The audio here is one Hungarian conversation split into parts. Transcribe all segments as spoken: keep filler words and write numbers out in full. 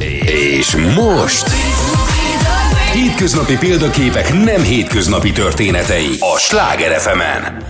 És most hétköznapi példaképek nem hétköznapi történetei a Sláger ef emen.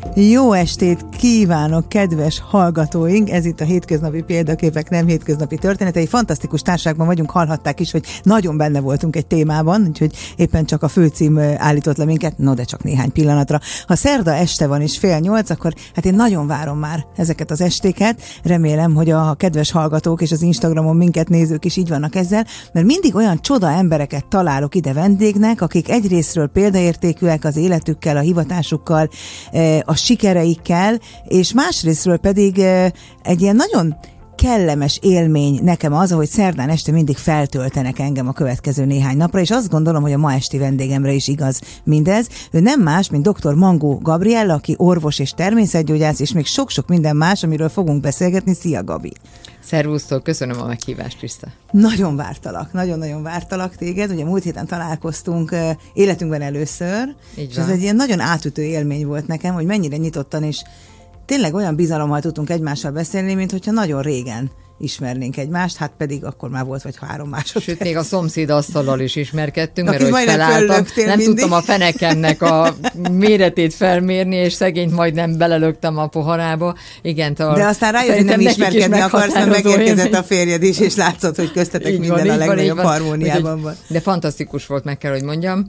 Jó estét kívánok, kedves hallgatóink! Ez itt a hétköznapi példaképek, nem hétköznapi történetei. Fantasztikus társaságban vagyunk, hallhatták is, hogy nagyon benne voltunk egy témában, úgyhogy éppen csak a főcím állított le minket, no de csak néhány pillanatra. Ha szerda este van és fél nyolc, akkor hát én nagyon várom már ezeket az estéket. Remélem, hogy a kedves hallgatók és az Instagramon minket nézők is így vannak ezzel, mert mindig olyan csoda embereket találok ide vendégnek, akik egyrésztről példaértékűek az életükkel, a hivatásukkal, a sikereikkel, és másrésztről pedig egy ilyen nagyon kellemes élmény nekem az, ahogy szerdán este mindig feltöltenek engem a következő néhány napra, és azt gondolom, hogy a ma esti vendégemre is igaz mindez. Ő nem más, mint doktor Mangó Gabriella, aki orvos és természetgyógyász, és még sok-sok minden más, amiről fogunk beszélgetni. Szia, Gabi! Szervusztok, köszönöm a meghívást, Kriszta. Nagyon vártalak, nagyon-nagyon vártalak téged. Ugye múlt héten találkoztunk uh, életünkben először, Így és van. ez egy ilyen nagyon átütő élmény volt nekem, hogy mennyire nyitottan és tényleg olyan bizalommal tudtunk egymással beszélni, mint hogyha nagyon régen ismernénk egymást, hát pedig akkor már volt vagy három másodperc. Sőt, még a szomszéd asztallal is ismerkedtünk, Aki mert hogy felálltam, nem mindig. tudtam a fenekemnek a méretét felmérni, és szegényt majdnem belelöktem a poharába. Igen, a, de aztán rájött, hogy nem ismerkedni akarsz, mert megérkezett a férjed is, és látszott, hogy köztetek így minden van, a legnagyobb van, harmóniában van. De fantasztikus volt, meg kell, hogy mondjam.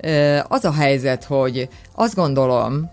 Az a helyzet, hogy azt gondolom,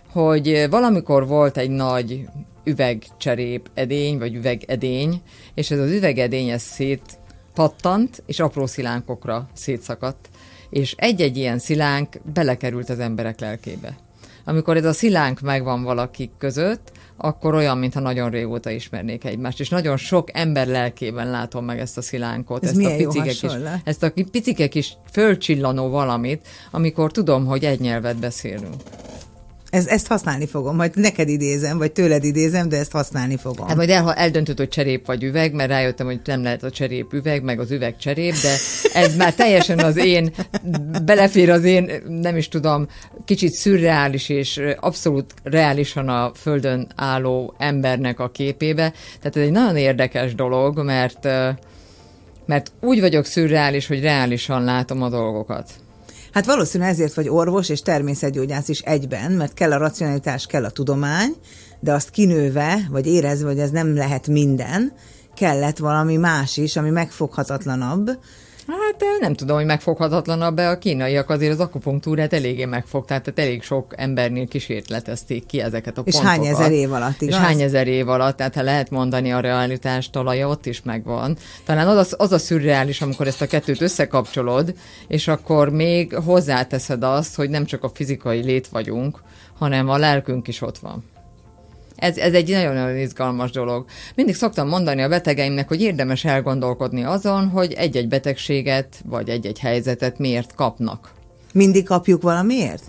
hogy valamikor volt egy nagy üvegcserép edény, vagy üvegedény, és ez az üvegedény ez szétpattant, és apró szilánkokra szétszakadt, és egy-egy ilyen szilánk belekerült az emberek lelkébe. Amikor ez a szilánk megvan valakik között, akkor olyan, mintha nagyon régóta ismernék egymást, és nagyon sok ember lelkében látom meg ezt a szilánkot, ez ezt a picike kis, ezt a picike kis fölcsillanó valamit, amikor tudom, hogy egy nyelvet beszélünk. Ez, ezt használni fogom, majd neked idézem, vagy tőled idézem, de ezt használni fogom. Hát majd el, eldöntöd, hogy cserép vagy üveg, mert rájöttem, hogy nem lehet a cserép üveg, meg az üveg cserép, de ez már teljesen az én, belefér az én, nem is tudom, kicsit szürreális és abszolút reálisan a földön álló embernek a képébe. Tehát ez egy nagyon érdekes dolog, mert, mert úgy vagyok szürreális, hogy reálisan látom a dolgokat. Hát valószínűleg ezért vagy orvos és természetgyógyász is egyben, mert kell a racionalitás, kell a tudomány, de azt kinőve, vagy érezve, hogy ez nem lehet minden, kellett valami más is, ami megfoghatatlanabb. Hát nem tudom, hogy megfoghatatlanabb, de a kínaiak azért az akupunktúrát eléggé megfogták, tehát elég sok embernél kísérletezték ki ezeket a és pontokat. És hány ezer év alatt, igaz? És hány ezer év alatt, tehát ha lehet mondani, a realitás talaja ott is megvan. Talán az a, az a szürreális, amikor ezt a kettőt összekapcsolod, és akkor még hozzáteszed azt, hogy nem csak a fizikai lét vagyunk, hanem a lelkünk is ott van. Ez, ez egy nagyon-nagyon izgalmas dolog. Mindig szoktam mondani a betegeimnek, hogy érdemes elgondolkodni azon, hogy egy-egy betegséget, vagy egy-egy helyzetet miért kapnak. Mindig kapjuk valamiért?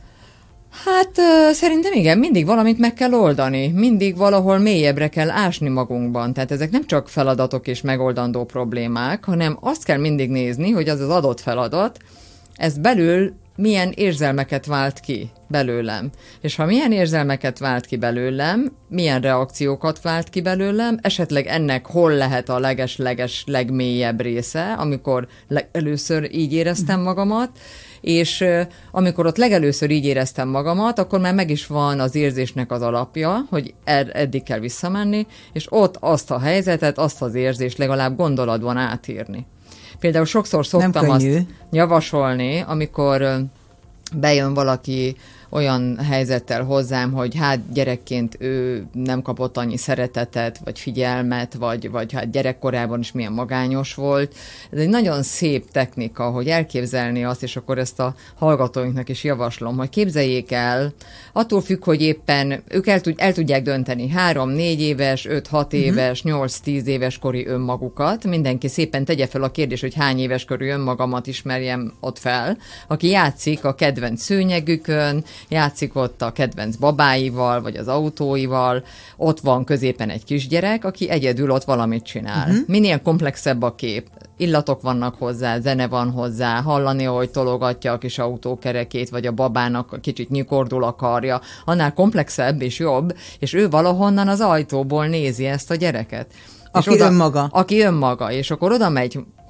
Hát uh, szerintem igen, mindig valamit meg kell oldani, mindig valahol mélyebbre kell ásni magunkban. Tehát ezek nem csak feladatok és megoldandó problémák, hanem azt kell mindig nézni, hogy az az adott feladat, ez belül milyen érzelmeket vált ki belőlem. És ha milyen érzelmeket vált ki belőlem, milyen reakciókat vált ki belőlem, esetleg ennek hol lehet a leges-leges legmélyebb része, amikor először így éreztem magamat, és uh, amikor ott legelőször így éreztem magamat, akkor már meg is van az érzésnek az alapja, hogy ed- eddig kell visszamenni, és ott azt a helyzetet, azt az érzést legalább gondolatban átírni. Például sokszor szoktam azt javasolni, amikor bejön valaki olyan helyzettel hozzám, hogy hát gyerekként ő nem kapott annyi szeretetet, vagy figyelmet, vagy, vagy hát gyerekkorában is milyen magányos volt. Ez egy nagyon szép technika, hogy elképzelni azt, és akkor ezt a hallgatóinknak is javaslom, hogy képzeljék el, attól függ, hogy éppen ők el, tud, el tudják dönteni három, négy éves, öt, hat éves, nyolc, tíz éves kori önmagukat. Mindenki szépen tegye fel a kérdést, hogy hány éves körű önmagamat ismerjem ott fel, aki játszik a kedvenc szőnyegükön, játszik ott a kedvenc babáival, vagy az autóival, ott van középen egy kisgyerek, aki egyedül ott valamit csinál. Uh-huh. Minél komplexebb a kép, illatok vannak hozzá, zene van hozzá, hallani, hogy tologatja a kis autókerekét, vagy a babának kicsit nyikordul a karja, annál komplexebb és jobb, és ő valahonnan az ajtóból nézi ezt a gyereket. Aki és oda, önmaga. Aki önmaga, és akkor oda megy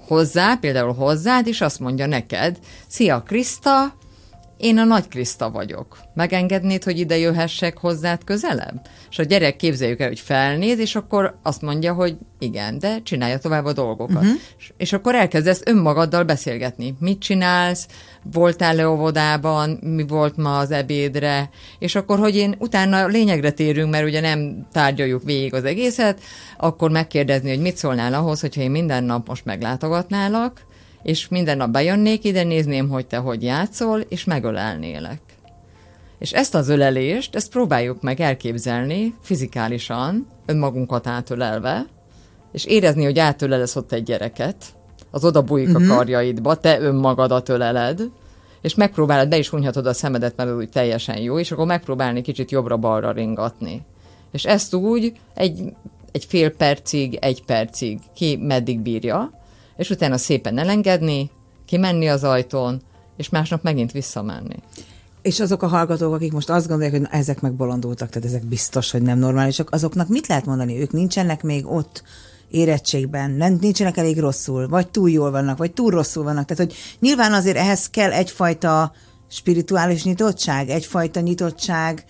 hozzá, például hozzád, és azt mondja neked, szia Kriszta, én a Nagy Kriszta vagyok. Megengednéd, hogy ide jöhessek hozzád közelebb? És a gyerek, képzeljük el, hogy felnéz, és akkor azt mondja, hogy igen, de csinálja tovább a dolgokat. Uh-huh. És, és akkor elkezdesz önmagaddal beszélgetni. Mit csinálsz? Voltál-e óvodában? Mi volt ma az ebédre? És akkor, hogy én utána lényegre térünk, mert ugye nem tárgyaljuk végig az egészet, akkor megkérdezni, hogy mit szólnál ahhoz, hogyha én minden nap most meglátogatnálak, és minden nap bejönnék ide, nézném, hogy te hogy játszol, és megölelnélek. És ezt az ölelést, ezt próbáljuk meg elképzelni fizikálisan, önmagunkat átölelve, és érezni, hogy átölelesz ott egy gyereket, az oda bújik uh-huh. a karjaidba, te önmagadat öleled, és megpróbálod, be is hunyhatod a szemedet, mert úgy teljesen jó, és akkor megpróbálni kicsit jobbra-balra ringatni. És ezt úgy egy, egy fél percig, egy percig, ki meddig bírja, és utána szépen elengedni, kimenni az ajtón, és másnap megint visszamenni. És azok a hallgatók, akik most azt gondolják, hogy na, ezek megbolondultak, tehát ezek biztos, hogy nem normálisak, azoknak mit lehet mondani? Ők nincsenek még ott érettségben, nem, nincsenek elég rosszul, vagy túl jól vannak, vagy túl rosszul vannak. Tehát, hogy nyilván azért ehhez kell egyfajta spirituális nyitottság, egyfajta nyitottság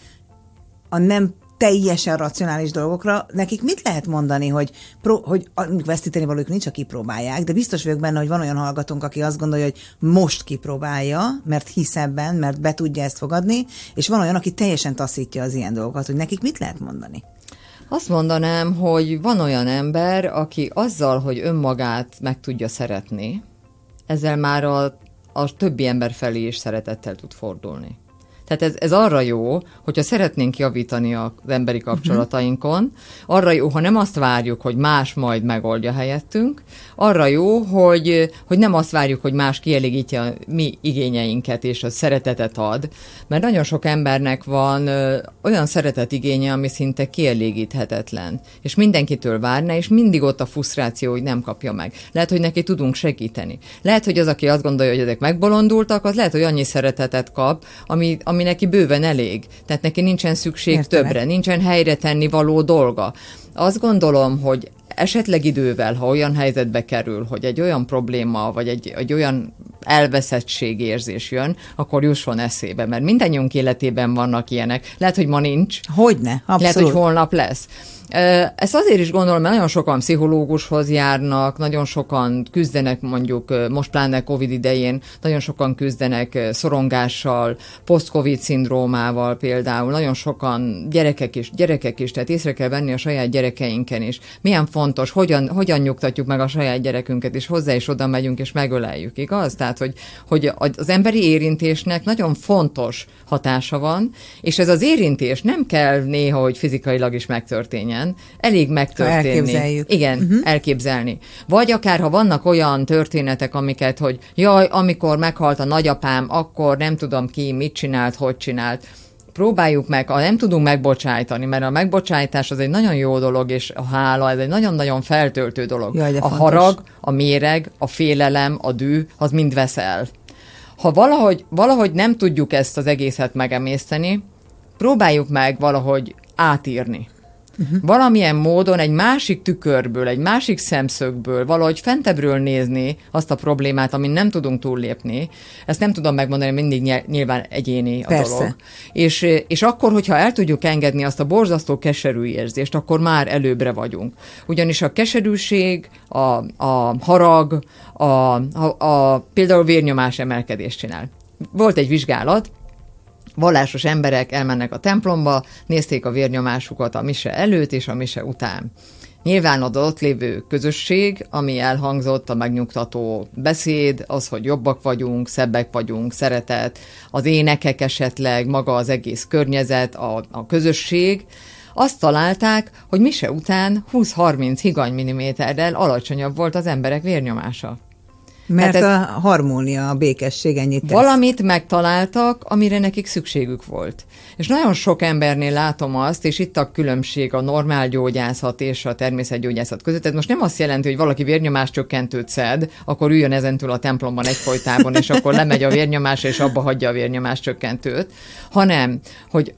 a nem teljesen racionális dolgokra. Nekik mit lehet mondani, hogy, pró- hogy vesztíteni valójuk nincs, ha kipróbálják, de biztos vagyok benne, hogy van olyan hallgatónk, aki azt gondolja, hogy most kipróbálja, mert hisz ebben, mert be tudja ezt fogadni, és van olyan, aki teljesen taszítja az ilyen dolgokat, hogy nekik mit lehet mondani? Azt mondanám, hogy van olyan ember, aki azzal, hogy önmagát meg tudja szeretni, ezzel már a, a többi ember felé is szeretettel tud fordulni. Tehát ez, ez arra jó, hogyha szeretnénk javítani az emberi kapcsolatainkon, arra jó, ha nem azt várjuk, hogy más majd megoldja helyettünk, arra jó, hogy, hogy nem azt várjuk, hogy más kielégítje a mi igényeinket és a szeretetet ad, mert nagyon sok embernek van ö, olyan szeretet igénye, ami szinte kielégíthetetlen, és mindenkitől várna, és mindig ott a frusztráció, hogy nem kapja meg. Lehet, hogy neki tudunk segíteni. Lehet, hogy az, aki azt gondolja, hogy ezek megbolondultak, az lehet, hogy annyi szeretetet kap, ami, ami ami neki bőven elég. Tehát neki nincsen szükség Értelek. többre, nincsen helyre tenni való dolga. Azt gondolom, hogy esetleg idővel, ha olyan helyzetbe kerül, hogy egy olyan probléma, vagy egy, egy olyan elveszettségérzés jön, akkor jusson eszébe, mert mindannyiunk életében vannak ilyenek. Lehet, hogy ma nincs. Hogyne, abszolút. Lehet, hogy holnap lesz. Ezt azért is gondolom, mert nagyon sokan pszichológushoz járnak, nagyon sokan küzdenek mondjuk, most pláne Covid idején, nagyon sokan küzdenek szorongással, post-Covid szindrómával például, nagyon sokan gyerekek is, gyerekek is, tehát észre kell venni a saját gyerekeinken is. Milyen fontos, hogyan, hogyan nyugtatjuk meg a saját gyerekünket, és hozzá is oda megyünk, és megöleljük, igaz? Tehát, hogy, hogy az emberi érintésnek nagyon fontos hatása van, és ez az érintés nem kell néha, hogy fizikailag is megtörténjen. Elég megtörténni. Elképzeljük. Igen, uh-huh. elképzelni. Vagy akár, ha vannak olyan történetek, amiket, hogy jaj, amikor meghalt a nagyapám, akkor nem tudom ki, mit csinált, hogy csinált. Próbáljuk meg, ha nem tudunk megbocsájtani, mert a megbocsájtás az egy nagyon jó dolog, és a hála, ez egy nagyon-nagyon feltöltő dolog. Jaj, a fontos. harag, a méreg, a félelem, a dű, az mind vesz el. Ha valahogy, valahogy nem tudjuk ezt az egészet megemészteni, próbáljuk meg valahogy átírni. Uh-huh. Valamilyen módon egy másik tükörből, egy másik szemszögből, valahogy fentebbről nézni azt a problémát, amin nem tudunk túllépni. Ezt nem tudom megmondani, mindig nyilván egyéni a Persze. dolog. És, és akkor, hogyha el tudjuk engedni azt a borzasztó keserű érzést, akkor már előbbre vagyunk. Ugyanis a keserűség, a, a harag, a, a, a, például vérnyomás emelkedést csinál. Volt egy vizsgálat, vallásos emberek elmennek a templomba, nézték a vérnyomásukat a mise előtt és a mise után. Nyilván az ott lévő közösség, ami elhangzott, a megnyugtató beszéd, az, hogy jobbak vagyunk, szebbek vagyunk, szeretet, az énekek esetleg, maga az egész környezet, a, a közösség, azt találták, hogy mise után húsz-harminc higanymilliméterrel alacsonyabb volt az emberek vérnyomása. Mert ez, a harmónia, a békesség ennyit tesz. Valamit megtaláltak, amire nekik szükségük volt. És nagyon sok embernél látom azt, és itt a különbség a normál gyógyászat és a természetgyógyászat között. Ez most nem azt jelenti, hogy valaki vérnyomáscsökkentőt szed, akkor üljön ezentúl a templomban egyfolytában, és akkor lemegy a vérnyomás, és abba hagyja a vérnyomáscsökkentőt, hanem, hogy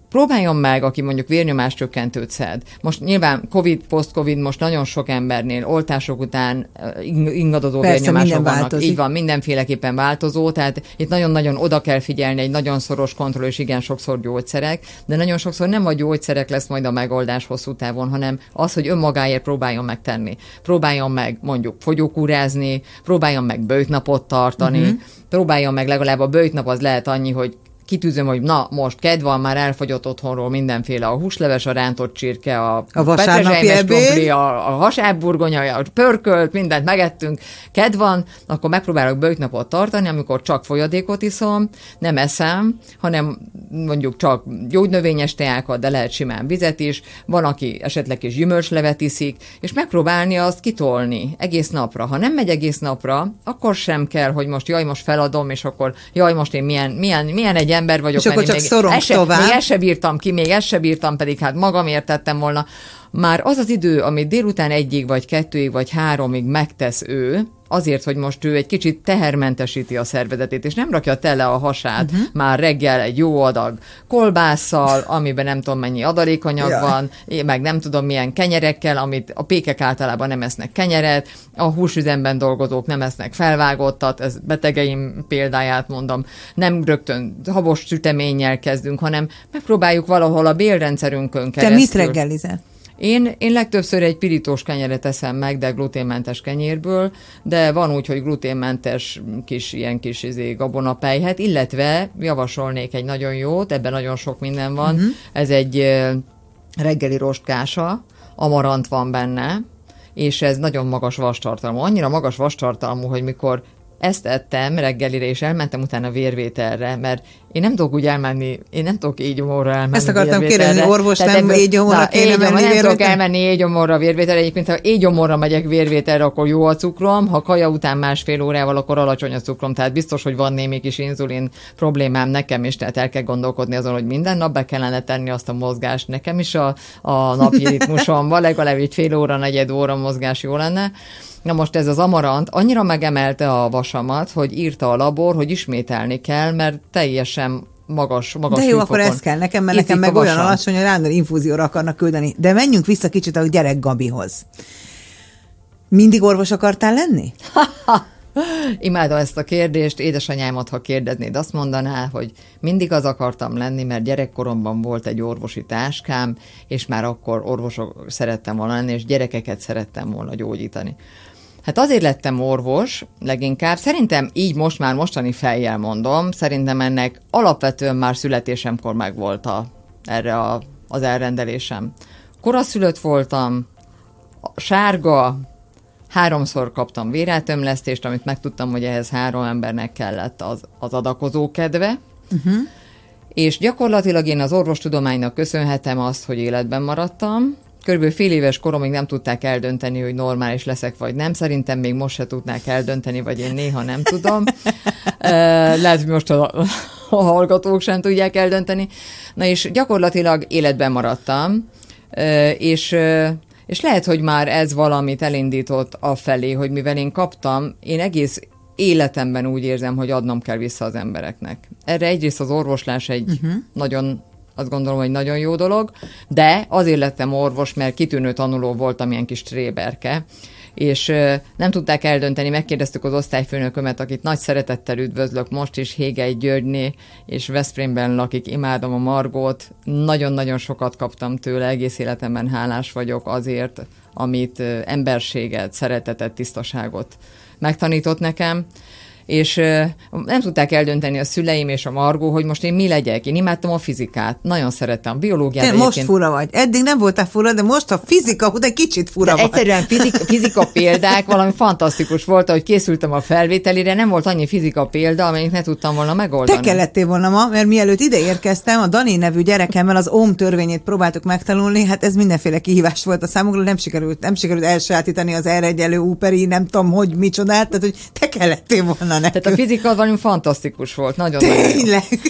próbáljon meg, aki mondjuk vérnyomáscsökkentőt szed. Most nyilván Covid, post-Covid most nagyon sok embernél oltások után ingadozó vérnyomások vannak. Változik. Így van, mindenféleképpen változó, tehát itt nagyon-nagyon oda kell figyelni, egy nagyon szoros kontroll, és igen, sokszor gyógyszerek, de nagyon sokszor nem a gyógyszerek lesz majd a megoldás hosszú távon, hanem az, hogy önmagáért próbáljon megtenni. Próbáljon meg mondjuk fogyókúrázni, próbáljon meg böjtnapot tartani, uh-huh. próbáljon meg legalább a böjtnap az lehet annyi, hogy kitűzöm, hogy na, most kedv van, már elfogyott otthonról mindenféle, a húsleves, a rántott csirke, a, a vasárnapi ebéd, a, a hasábburgonya, a pörkölt, mindent megettünk, kedv van, akkor megpróbálok böjtnapot tartani, amikor csak folyadékot iszom, nem eszem, hanem mondjuk csak gyógynövényes teákat, de lehet simán vizet is, van, aki esetleg is gyümölcslevet iszik, és megpróbálni azt kitolni egész napra. Ha nem megy egész napra, akkor sem kell, hogy most jaj, most feladom, és akkor jaj, most én milyen, milyen, milyen egy ember vagyok, és akkor csak szorong ezt tovább. Még ezt se bírtam ki, még ezt se bírtam, pedig hát magamért tettem volna. Már az az idő, amit délután egyig, vagy kettőig, vagy háromig megtesz ő, azért, hogy most ő egy kicsit tehermentesíti a szervezetét, és nem rakja tele a hasát uh-huh. már reggel egy jó adag kolbásszal, amiben nem tudom mennyi adalékanyag ja. van, meg nem tudom milyen kenyerekkel, amit a pékek általában nem esznek kenyeret, a húsüzemben dolgozók nem esznek felvágottat, ez betegeim példáját mondom, nem rögtön habos süteménnyel kezdünk, hanem megpróbáljuk valahol a bélrendszerünkön keresztül. Te mit reggelizel? Én, én legtöbbször egy pirítós kenyeret eszem meg, de gluténmentes kenyérből, de van úgy, hogy gluténmentes kis, ilyen kis izé, gabonapelyhet, illetve javasolnék egy nagyon jót, ebben nagyon sok minden van, uh-huh. ez egy uh, reggeli rostkása, amarant van benne, és ez nagyon magas vastartalmú. Annyira magas vastartalmú, hogy mikor ezt ettem reggelire, és elmentem utána vérvételre, mert én nem tudok úgy elmenni, én nem tudok éjgyomorra elmenni. Ezt akartam kérdezni, orvos nem éjgyomorra kéne menni vérvételre? Nem tudok elmenni éjgyomorra vérvételre. Egyébként, ha éjgyomorra megyek vérvételre, akkor jó a cukrom, ha kaja után másfél órával, akkor alacsony a cukrom, tehát biztos, hogy van némi kis inzulin problémám nekem is, tehát el kell gondolkodni azon, hogy minden nap be kellene tenni azt a mozgást nekem is a, a napi ritmusomban, legalább egy fél óra, negyed óra mozgás jó lenne. Na most ez az amarant annyira megemelte a vasamat, hogy írta a labor, hogy ismételni kell, mert teljesen magas, magas De jó, hőfokon. akkor ez kell nekem, mert nekem meg olyan alacsony, hogy rándan infúzióra akarnak küldeni. De menjünk vissza kicsit a gyerek Gabihoz. Mindig orvos akartál lenni? Imádom ezt a kérdést, édesanyámat, ha kérdeznéd, azt mondaná, hogy mindig az akartam lenni, mert gyerekkoromban volt egy orvosi táskám, és már akkor orvosok szerettem volna lenni, és gyerekeket szerettem volna gyógyítani. Hát azért lettem orvos, leginkább. Szerintem így most már mostani fejjel mondom, szerintem ennek alapvetően már születésemkor megvolt a, erre a, az elrendelésem. Koraszülött voltam, sárga, háromszor kaptam vérátömlesztést, amit megtudtam, hogy ehhez három embernek kellett az, az adakozó kedve, uh-huh. és gyakorlatilag én az orvostudománynak köszönhetem azt, hogy életben maradtam. Körülbelül fél éves koromig nem tudták eldönteni, hogy normális leszek, vagy nem. Szerintem még most se tudnák eldönteni, vagy én néha nem tudom. Lehet, hogy most a, a hallgatók sem tudják eldönteni. Na és gyakorlatilag életben maradtam, és... És lehet, hogy már ez valamit elindított afelé, hogy mivel én kaptam, én egész életemben úgy érzem, hogy adnom kell vissza az embereknek. Erre egyrészt az orvoslás egy uh-huh. nagyon, azt gondolom, hogy nagyon jó dolog, de azért lettem orvos, mert kitűnő tanuló voltam, ilyen kis tréberke, és nem tudták eldönteni, megkérdeztük az osztályfőnökömet, akit nagy szeretettel üdvözlök most is, Hégei Györgyné, és Veszprémben lakik, imádom a Margót, nagyon-nagyon sokat kaptam tőle, egész életemben hálás vagyok azért, amit emberséget, szeretetet, tisztaságot megtanított nekem, és nem tudták eldönteni a szüleim és a Margó, hogy most én mi legyek. Én imádtam a fizikát, nagyon szerettem a biológiát. Te most fura vagy. Eddig nem voltál fura, de most a fizika, de kicsit fura de vagy. Egyszerűen fizik, fizika példák, valami fantasztikus volt, hogy készültem a felvételire, nem volt annyi fizika példa, amelyik ne tudtam volna megoldani. Te kellettél volna ma, mert mielőtt ide érkeztem, a Dani nevű gyerekemmel az Ohm törvényét próbáltuk megtanulni, hát ez mindenféle kihívás volt a számunkra, nem sikerült, nem sikerült elsajátítani az erre egyenlő úperi, nem tudom, hogy micsodát, tehát hogy te kellettél volna nekünk. Tehát a fizika valami fantasztikus volt, nagyon Tényleg?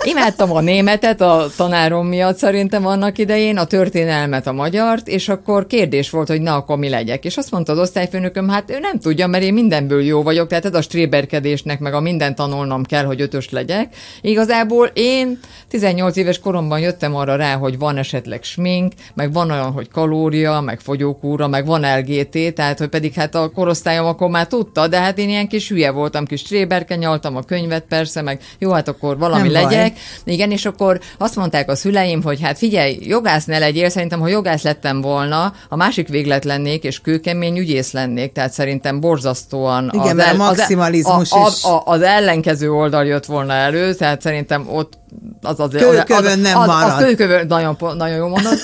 Imádtam a németet a tanárom miatt szerintem annak idején, a történelmet, a magyart, és akkor kérdés volt, hogy na, akkor mi legyek. És azt mondta az osztályfőnököm, hát ő nem tudja, mert én mindenből jó vagyok, tehát ez a stréberkedésnek, meg a minden tanulnom kell, hogy ötös legyek. Igazából én tizennyolc éves koromban jöttem arra rá, hogy van esetleg smink, meg van olyan, hogy kalória, meg fogyókúra, meg van el gé té, tehát hogy pedig hát a korosztályom akkor már tudta, de hát én ilyen kis hülye voltam, kis stréberke, nyaltam a könyvet persze, meg jó, hát akkor valami nem legyek. Baj. Igen, és akkor azt mondták a szüleim, hogy hát figyelj, jogász ne legyél, szerintem, ha jogász lettem volna, a másik véglet lennék, és kőkemény ügyész lennék, tehát szerintem borzasztóan igen, az, el, a maximalizmus az, is. A, a, az ellenkező oldal jött volna elő, tehát szerintem ott az az... Kőkövön az, nem az, marad. Az kőkövön, nagyon, nagyon jó mondod.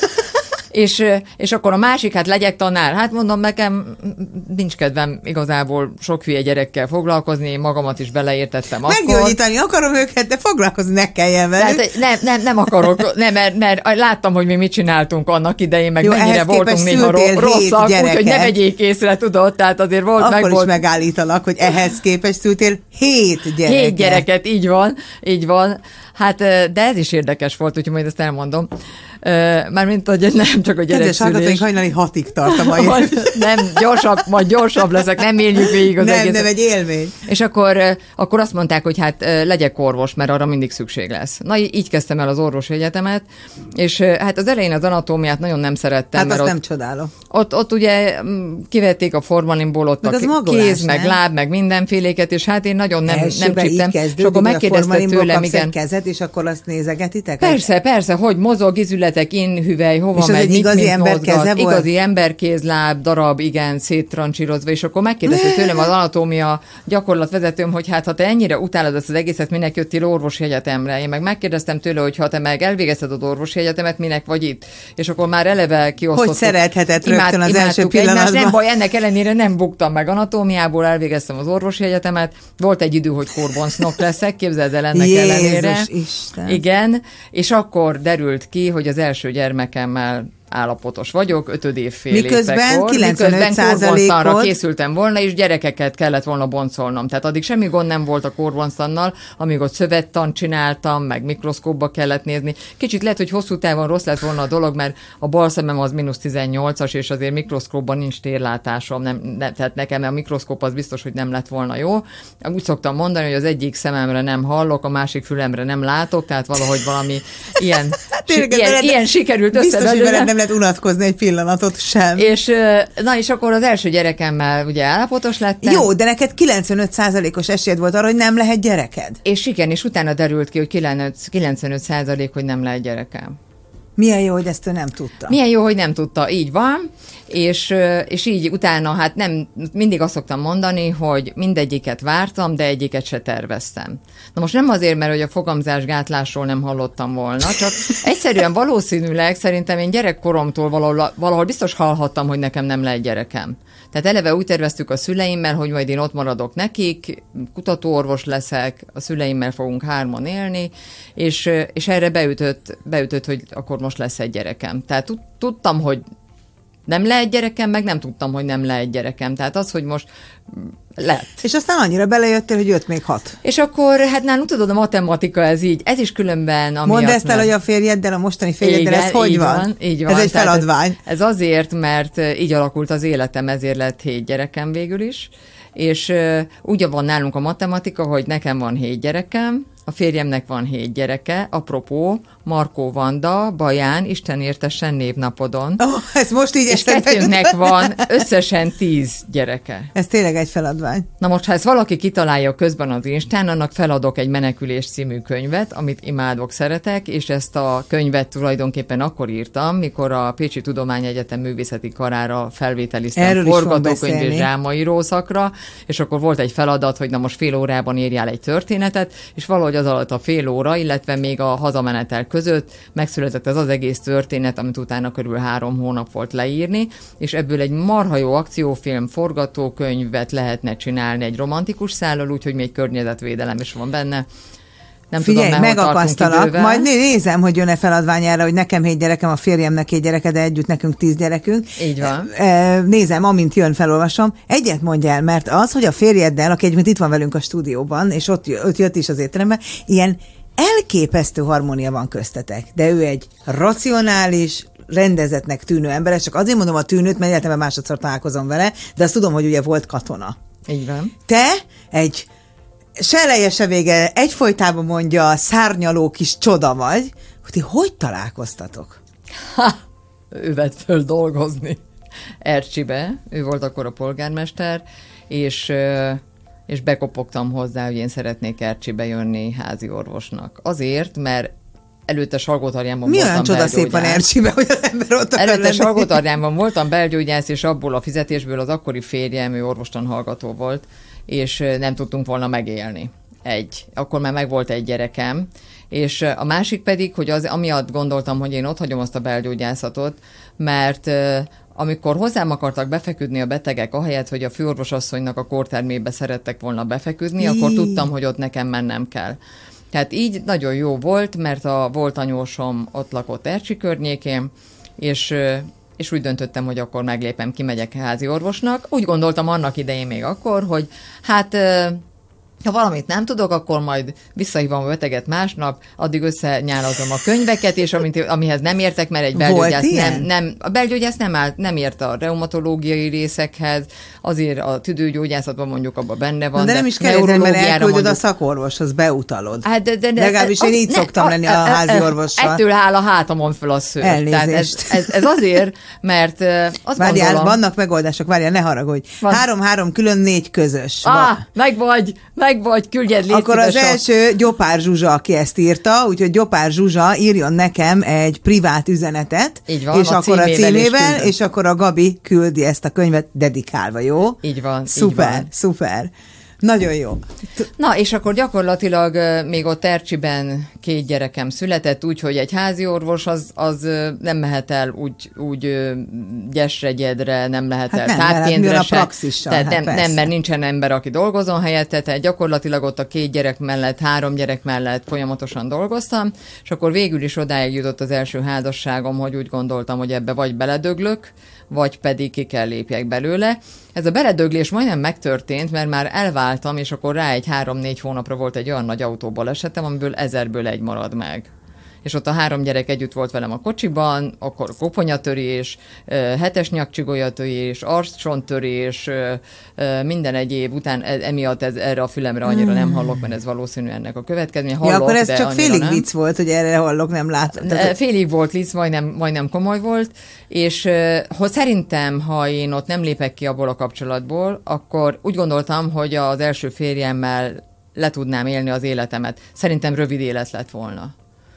És, és akkor a másik, hát legyek tanár. Hát mondom, nekem nincs kedvem igazából sok hülye gyerekkel foglalkozni, én magamat is beleértettem akkor. Meggyógyítani akarom őket, de foglalkozni ne kelljen velük. Tehát, nem, nem, nem akarok, nem, mert, mert láttam, hogy mi mit csináltunk annak idején, meg jó, mennyire voltunk néha rosszak, úgyhogy ne vegyék észre, tudod, tehát azért volt akkor meg is volt. megállítalak, hogy ehhez képest szültél hét gyereket. Hét gyereket, így van, így van. Hát, de ez is érdekes volt, úgyhogy majd ezt elmondom. Mármint, hogy nem csak a gyerekszülés. Kedves hallgatóink, hajnali hatig tart a mai. Nem, gyorsabb, majd gyorsabb leszek, nem éljük végig az nem, egészet. Nem, egy élmény. És akkor, akkor azt mondták, hogy hát legyek orvos, mert arra mindig szükség lesz. Na, így kezdtem el az orvosi egyetemet, és hát az elején az anatómiát nagyon nem szerettem. Hát mert azt ott, nem csodálom. Ott, ott ugye kivették a formalinból ott meg a magolás, kéz, nem? Meg láb, meg mindenféléket, és hát én nagyon nem, nem csíptem. És akkor megkérdezte tőlem, igen. Kezet, és akkor azt nézegetitek? Persze, persze, hogy mozog, izületek, inhüvely, hova és megy, mit, igazi mit ember mozgat. Keze volt? Igazi emberkézláb, darab, igen, széttrancsírozva, és akkor megkérdezte tőlem az anatómia gyakorlatvezetőm, hogy hát ha te ennyire utálod ezt az egészet, minek jöttél orvosi egyetemre? Én meg megkérdeztem tőle, hogy ha te meg elvégezted az orvosi egyetemet, minek vagy itt? És akkor már eleve kiosztottuk. Hogy szerethetett rögtön az első pillanatban? Nem baj, ennek ellenére nem buktam meg anatómiából, elvégeztem az orvosi egyetemet. Volt egy idő, hogy korbonsznok leszek, képzeld el ennek Jézus ellenére. Isten. Igen, és akkor derült ki, hogy az első gyermekemmel állapotos vagyok, ötöd év fél miközben évekor. kilencvenöt százalékot készültem volna, és gyerekeket kellett volna boncolnom. Tehát addig semmi gond nem volt a korbonszannal, amíg ott szövettant csináltam, meg mikroszkópba kellett nézni. Kicsit lehet, hogy hosszú távon rossz lett volna a dolog, mert a bal szemem az mínusz tizennyolcas, és azért mikroszkópban nincs térlátásom, nem, nem, tehát nekem a mikroszkóp az biztos, hogy nem lett volna jó. Úgy szoktam mondani, hogy az egyik szememre nem hallok, a másik fülemre nem látok, tehát valahogy valami ilyen, si, ilyen, ilyen sikerült összevedni. Lehet unatkozni egy pillanatot sem. És, na és akkor az első gyerekemmel ugye állapotos lettem. Jó, de neked kilencvenöt százalékos esélyed volt arra, hogy nem lehet gyereked. És igen, és utána derült ki, hogy kilencvenöt százalék, hogy nem lehet gyerekem. Milyen jó, hogy ezt ő nem tudta. Milyen jó, hogy nem tudta, így van, és, és így utána hát nem, mindig azt szoktam mondani, hogy mindegyiket vártam, de egyiket se terveztem. Na most nem azért, mert hogy a fogamzásgátlásról nem hallottam volna, csak egyszerűen valószínűleg szerintem én gyerekkoromtól valahol, valahol biztos hallhattam, hogy nekem nem lehet gyerekem. Tehát eleve úgy terveztük a szüleimmel, hogy majd én ott maradok nekik, kutatóorvos leszek, a szüleimmel fogunk hárman élni, és, és erre beütött, beütött, hogy akkor most lesz egy gyerekem. Tehát tudtam, hogy nem lehet gyerekem, meg nem tudtam, hogy nem lehet gyerekem. Tehát az, hogy most lett. És aztán annyira belejöttél, hogy jött még hat. És akkor, hát nálunk tudod, a matematika ez így, ez is különben amiatt. Mondd ezt el, hogy a férjeddel, a mostani férjeddel, ez hogy van? van? Így van. Ez egy feladvány. Ez, ez azért, mert így alakult az életem, ezért lett hét gyerekem végül is. És uh, úgy van nálunk a matematika, hogy nekem van hét gyerekem, a férjemnek van hét gyereke, apropó, Markó Vanda, Baján, Isten értessen névnapodon. Oh, ez most így és kettőnknek van összesen tíz gyereke. Ez tényleg egy feladvány. Na most, ha ezt valaki kitalálja közben az Instán, annak feladok egy Menekülés című könyvet, amit imádok, szeretek, és ezt a könyvet tulajdonképpen akkor írtam, mikor a Pécsi Tudományegyetem művészeti karára felvételiztem forgatókönyv és drámaíró szakra, és akkor volt egy feladat, hogy na most fél órában írjál egy történetet, és valahogy az alatt a fél óra, illetve még a hazamenetel között megszületett ez az egész történet, amit utána körül három hónap volt leírni, és ebből egy marha jó akciófilm, forgatókönyvet lehetne csinálni egy romantikus szállal, úgyhogy még környezetvédelem is van benne. Nem Figyelj, tudom, megakasztalak, majd nézem, hogy jön-e feladványára, hogy nekem hét gyerekem, a férjemnek hét gyereke, de együtt nekünk tíz gyerekünk. Így van. Nézem, amint jön, felolvasom. Egyet mondj el, mert az, hogy a férjeddel, aki egyébként itt van velünk a stúdióban, és ott, ott jött is az étteremben, ilyen elképesztő harmónia van köztetek, de ő egy racionális, rendezetnek tűnő ember, csak azért mondom a tűnőt, mert életemben másodszor találkozom vele, de azt tudom, hogy ugye volt katona. Így van. Te egy se eleje, se vége, egyfolytában mondja, szárnyaló kis csoda vagy, hogy ti hogy találkoztatok? Ha! Ő vett föl dolgozni Ercsibe, ő volt akkor a polgármester, és, és bekopogtam hozzá, hogy én szeretnék Ercsibe jönni házi orvosnak. Azért, mert előtte Salgótarjánban Mi voltam olyan csoda szép van Ercsibe, hogy az ember ott akar Előtte lenni? Salgótarjánban voltam belgyógyász, és abból a fizetésből az akkori férjem, ő orvostan hallgató volt, és nem tudtunk volna megélni. Egy. Akkor már megvolt egy gyerekem, és a másik pedig, hogy az, amiatt gondoltam, hogy én ott hagyom azt a belgyógyászatot, mert amikor hozzám akartak befeküdni a betegek, ahelyett, hogy a főorvosasszonynak a kórtermébe szerettek volna befeküdni, akkor tudtam, hogy ott nekem mennem kell. Tehát így nagyon jó volt, mert a volt anyósom ott lakott Ercsi környékén, és, és úgy döntöttem, hogy akkor meglépem, kimegyek házi orvosnak. Úgy gondoltam annak idején még akkor, hogy hát ha valamit nem tudok, akkor majd visszahívom a beteget másnap, addig összenyálazom a könyveket, és amit, amihez nem értek, mert egy belgyógyász nem, nem, a belgyógyász nem, állt, nem ért a reumatológiai részekhez, azért a tüdőgyógyászatban mondjuk abban benne van. Na, de nem is kell érteni, mert elküldöd a szakorvoshoz, beautalod. Hát de, de, de, Legalábbis én így ne, szoktam a, lenni a, a házi orvossal. Ettől áll a hátamon föl a szőr. Tehát ez, ez, ez azért, mert azt Várjál, gondolom... vannak megoldások, várjál, ne haragudj. Három-három külön, négy közös. Ah, meg vagy, meg vagy, küldjed légy Akkor szívesen. az első Gyopár Zsuzsa, aki ezt írta, úgyhogy Gyopár Zsuzsa írjon nekem egy privát üzenetet, így van, és a akkor a címével, és, és akkor a Gabi küldi ezt a könyvet dedikálva, jó? Így van. Szuper, így van. szuper. Nagyon jó. Na, és akkor gyakorlatilag még ott Ercsiben két gyerekem született, úgyhogy egy házi orvos az, az nem mehet el úgy, úgy gyesregyedre, nem lehet hát el nem, tápénzre se. Tehát hát nem, nem, mert nincsen ember, aki dolgozon helyette, tehát gyakorlatilag ott a két gyerek mellett, három gyerek mellett folyamatosan dolgoztam, és akkor végül is odáig jutott az első házasságom, hogy úgy gondoltam, hogy ebbe vagy beledöglök, vagy pedig ki kell lépjek belőle. Ez a beledöglés majdnem megtörtént, mert már elváltam, és akkor rá egy három-négy hónapra volt egy olyan nagy autóbalesetem, amiből ezerből egy marad meg. És ott a három gyerek együtt volt velem a kocsiban, akkor koponyatörés, hetes nyakcsigolyatörés, arccsonttörés, minden egyéb, után emiatt ez, erre a fülemre annyira nem hallok, mert ez valószínű ennek a következménye. Hallok, ja, akkor ez csak félig nem. vicc volt, hogy erre hallok, nem látom. Tehát... Félig volt vicc, majdnem, majdnem komoly volt, és hogy szerintem, ha én ott nem lépek ki abból a kapcsolatból, akkor úgy gondoltam, hogy az első férjemmel le tudnám élni az életemet. Szerintem rövid élet lett volna.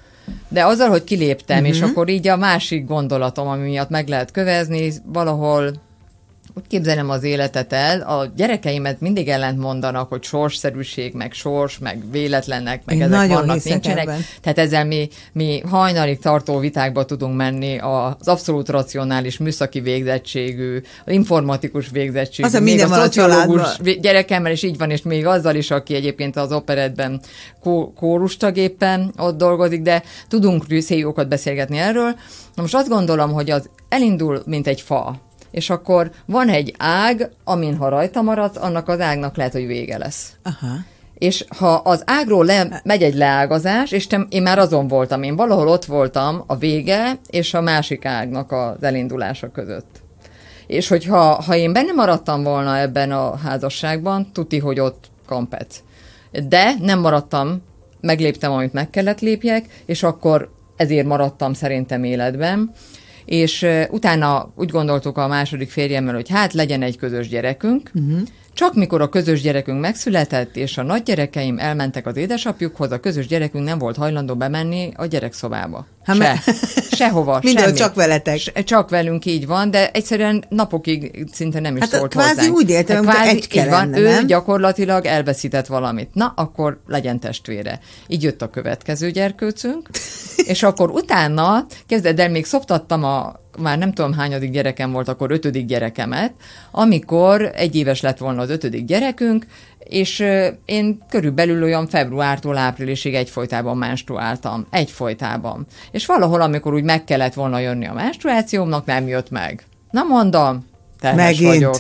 De azzal, hogy kiléptem, uh-huh. és akkor így a másik gondolatom, ami miatt meg lehet kövezni, valahol úgy képzelem az életet el, a gyerekeimet mindig ellent mondanak, hogy sorsszerűség, meg sors, meg véletlenek, meg Én ezek vannak, nincsenek. Ebben. Tehát ezzel mi, mi hajnalig tartó vitákba tudunk menni az abszolút racionális műszaki végzettségű, az informatikus végzettségű, az a még a szociológus gyerekemmel is így van, és még azzal is, aki egyébként az operettben kó- kórustag éppen ott dolgozik, de tudunk jókat beszélgetni erről. Na most azt gondolom, hogy az elindul, mint egy fa, és akkor van egy ág, amin ha rajta maradsz, annak az ágnak lehet, hogy vége lesz. Aha. És ha az ágról le, megy egy leágazás, és te, én már azon voltam, én valahol ott voltam a vége és a másik ágnak az elindulása között. És hogyha ha én benne maradtam volna ebben a házasságban, tuti, hogy ott kampec. De nem maradtam, megléptem, amit meg kellett lépjek, és akkor ezért maradtam szerintem életben. És uh, utána úgy gondoltuk a második férjemmel, hogy hát legyen egy közös gyerekünk, uh-huh. Csak mikor a közös gyerekünk megszületett, és a nagygyerekeim elmentek az édesapjukhoz, a közös gyerekünk nem volt hajlandó bemenni a gyerekszobába. Hát Se. Sehova. Mindenhol semmi. csak veletek. Se, csak velünk így van, de egyszerűen napokig szinte nem is hát szólt kvázi hozzánk. úgy éltem, hogy egy kell van, lenne, ő nem? gyakorlatilag elveszített valamit. Na, akkor legyen testvére. Így jött a következő gyerkőcünk, és akkor utána, képzeld el, még szoptattam a már nem tudom hányadik gyerekem volt, akkor ötödik gyerekemet, amikor egy éves lett volna az ötödik gyerekünk, és én körülbelül olyan februártól áprilisig egyfolytában menstruáltam. Egyfolytában. És valahol, amikor úgy meg kellett volna jönni a menstruációmnak, nem jött meg. Na mondom, terhes Megint. vagyok.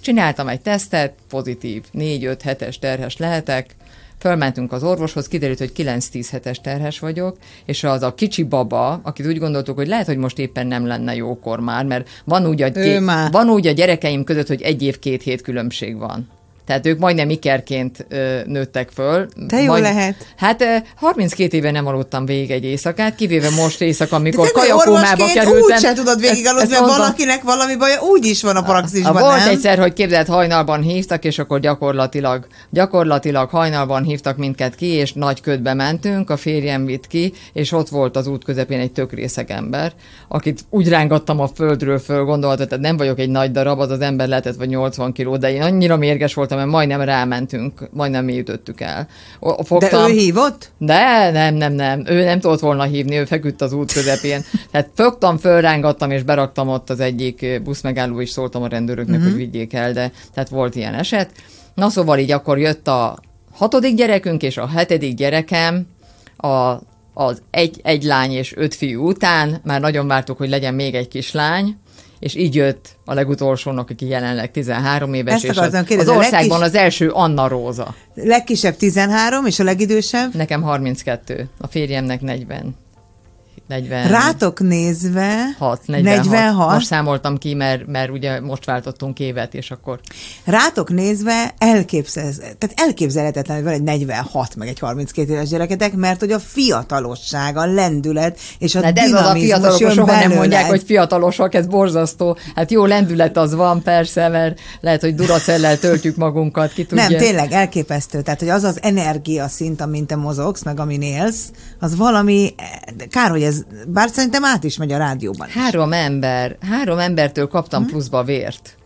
Csináltam egy tesztet, pozitív, négy-öt hetes terhes lehetek, fölmentünk az orvoshoz, kiderült, hogy kilenc-tíz hetes terhes vagyok, és az a kicsi baba, akit úgy gondoltuk, hogy lehet, hogy most éppen nem lenne jókor már, mert van úgy a, ké- van úgy a gyerekeim között, hogy egy év, két hét különbség van. Tehát ők majdnem ikerként ö, nőttek föl. Te jó Majd, lehet. Hát ö, harminckét éve nem aludtam végig egy éjszakát, kivéve most éjszaka, amikor kajakómába kerültem. Úgy sem tudod végig aludni, mert valakinek valami baja úgy is van a praxisban, Volt nem? egyszer, hogy képzeld, hajnalban hívtak, és akkor gyakorlatilag, gyakorlatilag hajnalban hívtak minket ki, és nagy ködbe mentünk, a férjem vitt ki, és ott volt az út közepén egy tök részeg ember, akit úgy rángattam a földről föl, gondolta, tehát nem vagyok egy nagy darab, az az ember lehetett vagy nyolcvan kiló, de én annyira mérges voltam, mert majdnem rámentünk, majdnem mi ütöttük el. Fogtam, de ő hívott? De nem, nem, nem. Ő nem tudott volna hívni, ő feküdt az út közepén. Tehát fogtam, fölrángattam, és beraktam ott az egyik buszmegálló, és szóltam a rendőröknek, uh-huh. hogy vigyék el, de tehát volt ilyen eset. Na szóval így akkor jött a hatodik gyerekünk, és a hetedik gyerekem, a, az egy, egy lány és öt fiú után, már nagyon vártuk, hogy legyen még egy kislány, és így jött a legutolsónak, aki jelenleg tizenhárom éves, Ezt és az, kérdezni, az országban legkis... az első Anna Róza. Legkisebb tizenhárom, és a legidősebb? Nekem harminckettő, a férjemnek negyven. negyven Rátok nézve hat, negyvenhat. negyvenhat. Most számoltam ki, mert, mert ugye most váltottunk évet, és akkor... Rátok nézve elképzel, tehát elképzelhetetlen, hogy van egy negyvenhat, meg egy harminckét éves gyereketek, mert hogy a fiatalosság, a lendület és a de dinamizmus ez az a fiatalok, jön soha belőled. nem mondják, hogy fiatalosak, ez borzasztó. Hát jó lendület az van, persze, mert lehet, hogy duracellel töltjük magunkat, ki tudja. Nem, tényleg elképesztő. Tehát, hogy az az energia szint, amint te mozogsz, meg amin élsz, az valami, kár, hogy ez, bár szerintem át is megy a rádióban is. Három ember, három embertől kaptam hm? pluszba vért.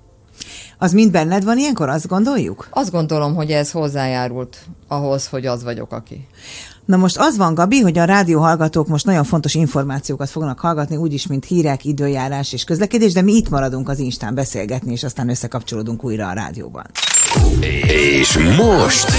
Az mind benned van ilyenkor, azt gondoljuk? Azt gondolom, hogy ez hozzájárult ahhoz, hogy az vagyok, aki. Na most az van, Gabi, hogy a rádióhallgatók most nagyon fontos információkat fognak hallgatni, úgyis, mint hírek, időjárás és közlekedés, de mi itt maradunk az Instán beszélgetni, és aztán összekapcsolódunk újra a rádióban. És most...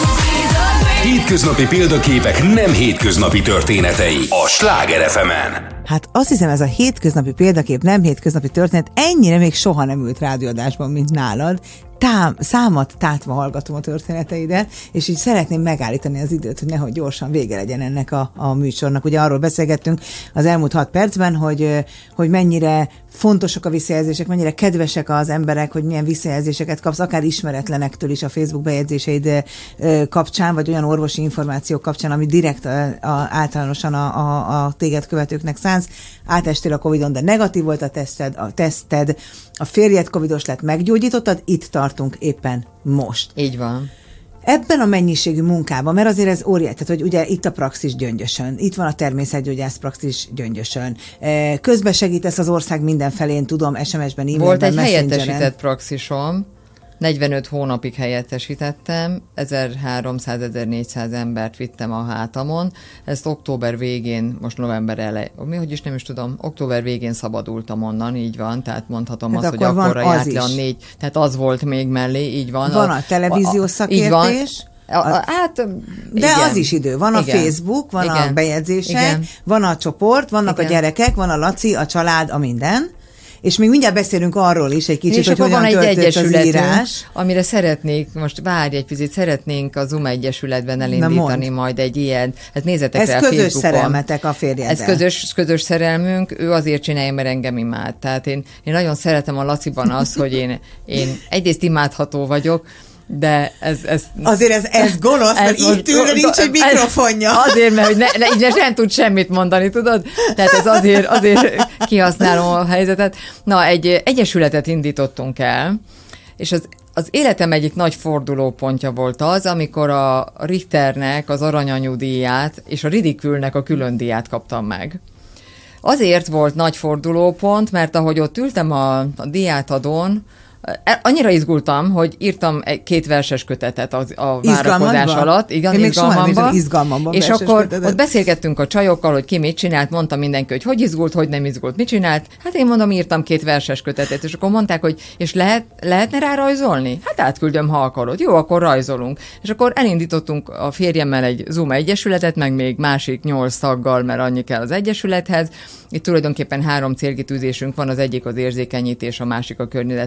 Hétköznapi példaképek nem hétköznapi történetei a Sláger ef emen. Hát azt hiszem, ez a hétköznapi példakép, nem hétköznapi történet, ennyire még soha nem ült rádióadásban, mint nálad. Tám, számat tátva hallgatom a történeteidet, és így szeretném megállítani az időt, hogy nehogy gyorsan vége legyen ennek a, a műsornak. Ugye arról beszélgettünk az elmúlt hat percben, hogy, hogy mennyire fontosak a visszajelzések, mennyire kedvesek az emberek, hogy milyen visszajelzéseket kapsz, akár ismeretlenektől is a Facebook bejegyzéseid kapcsán, vagy olyan orvosi információk kapcsán, ami direkt a, a, általánosan a, a, a téged követőknek szánsz. Átestél a Covidon, de negatív volt a teszted, a teszted, a férjed covidos lett, meggyógyítottad, itt tartunk éppen most. Így van. Ebben a mennyiségű munkában, mert azért ez óriás, tehát hogy ugye itt a praxis Gyöngyösön, itt van a természetgyógyász praxis Gyöngyösön, közben segítesz az ország mindenfelén, tudom, es em es-ben, e-mailben, volt egy messengeren. helyettesített praxisom, negyvenöt hónapig helyettesítettem, ezerháromszáz-ezernégyszáz embert vittem a hátamon, ezt október végén, most november elején, mi, hogy is nem is tudom, október végén szabadultam onnan, így van, tehát mondhatom hát azt, akkor hogy akkorra járt le a négy, tehát az volt még mellé, így van. Van a, a televíziós szakértés. A, a, hát, de igen. Az is idő. Van igen. a Facebook, van igen. a bejegyzések, igen. van a csoport, vannak igen. a gyerekek, van a Laci, a család, a minden. És még mindjárt beszélünk arról is egy kicsit, és hogy hogyan töltött az írás. Amire szeretnék, most várj egy picit, szeretnénk a Zoom Egyesületben elindítani majd egy ilyen, hát nézzetek ez rá a közös Facebookon. szerelmetek a férjeddel. Ez közös, közös szerelmünk, ő azért csinálja, mert engem imád. Tehát én, én nagyon szeretem a Laciban azt, hogy én, én egyrészt imádható vagyok, de ez... ez azért ez, ez gonosz, mert így ülve nincs egy mikrofonja. Azért, mert hogy ne, ne, így nem tud semmit mondani, tudod? Tehát ez azért, azért kihasználom a helyzetet. Na, egy egyesületet indítottunk el, és az, az életem egyik nagy fordulópontja volt az, amikor a Richternek az aranyanyú díját és a Ridikülnek a külön díját kaptam meg. Azért volt nagy fordulópont, mert ahogy ott ültem a, a díjátadón, annyira izgultam, hogy írtam egy, két verses kötetet a, a várakozás alatt. Igen, Én izgalmamban. izgalmamban és akkor kötetet. Ott beszélgettünk a csajokkal, hogy ki mit csinált, mondta mindenki, hogy hogy izgult, hogy nem izgult, mit csinált. Hát én mondom, írtam két verses kötetet, és akkor mondták, hogy és lehet, lehetne rá rajzolni? Hát átküldöm, ha akarod. Jó, akkor rajzolunk. És akkor elindítottunk a férjemmel egy Zoom egyesületet, meg még másik nyolc taggal, mert annyi kell az egyesülethez. Itt tulajdonképpen három célkitűzésünk van, az egyik az érzékenyítés, a másik a környezetvédelem, a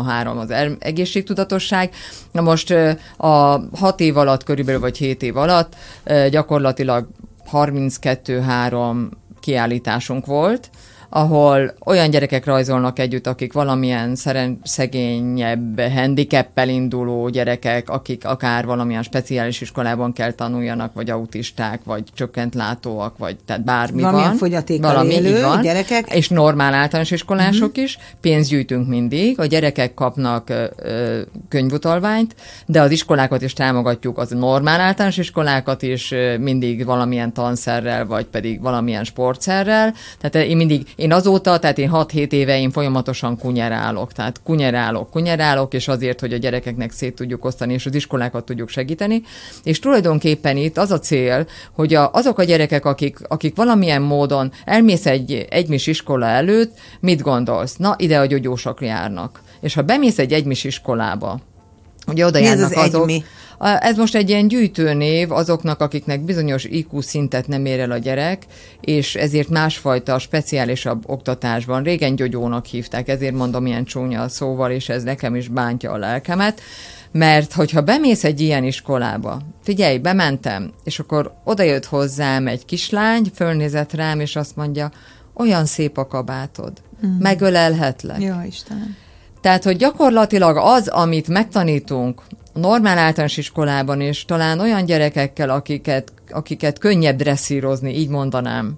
huszonhárom az egészségtudatosság. Na most a hat év alatt körülbelül, vagy hét év alatt gyakorlatilag harminckettő három kiállításunk volt, ahol olyan gyerekek rajzolnak együtt, akik valamilyen szeren- szegényebb, handicappel induló gyerekek, akik akár valamilyen speciális iskolában kell tanuljanak, vagy autisták, vagy csökkent látóak, vagy tehát bármi valamilyen van. fogyatékkal valami élő van, gyerekek. És normál általános iskolások uh-huh. is. Pénzt gyűjtünk mindig, a gyerekek kapnak ö, ö, könyvutalványt, de az iskolákat is támogatjuk, az normál általános iskolákat is ö, mindig valamilyen tanszerrel, vagy pedig valamilyen sportszerrel. Tehát én mindig Én azóta, tehát én hat-hét éve én folyamatosan kunyerálok, tehát kunyerálok, kunyerálok, és azért, hogy a gyerekeknek szét tudjuk osztani, és az iskolákat tudjuk segíteni. És tulajdonképpen itt az a cél, hogy a, azok a gyerekek, akik, akik valamilyen módon elmész egy egymis iskola előtt, mit gondolsz? Na, ide a gyógyósok járnak. És ha bemész egy egymis iskolába, ugye oda Mi járnak ez az azok... egymi? Ez most egy ilyen gyűjtőnév azoknak, akiknek bizonyos í kú szintet nem ér el a gyerek, és ezért másfajta, speciálisabb oktatásban. Régen gyógyónak hívták, ezért mondom ilyen csúnya szóval, és ez nekem is bántja a lelkemet, mert hogyha bemész egy ilyen iskolába, figyelj, bementem, és akkor odajött hozzám egy kislány, fölnézett rám, és azt mondja, olyan szép a kabátod, mm. megölelhetlek. Jó, Istenem. Tehát, hogy gyakorlatilag az, amit megtanítunk normál általános iskolában, és talán olyan gyerekekkel, akiket, akiket könnyebb dresszírozni, így mondanám,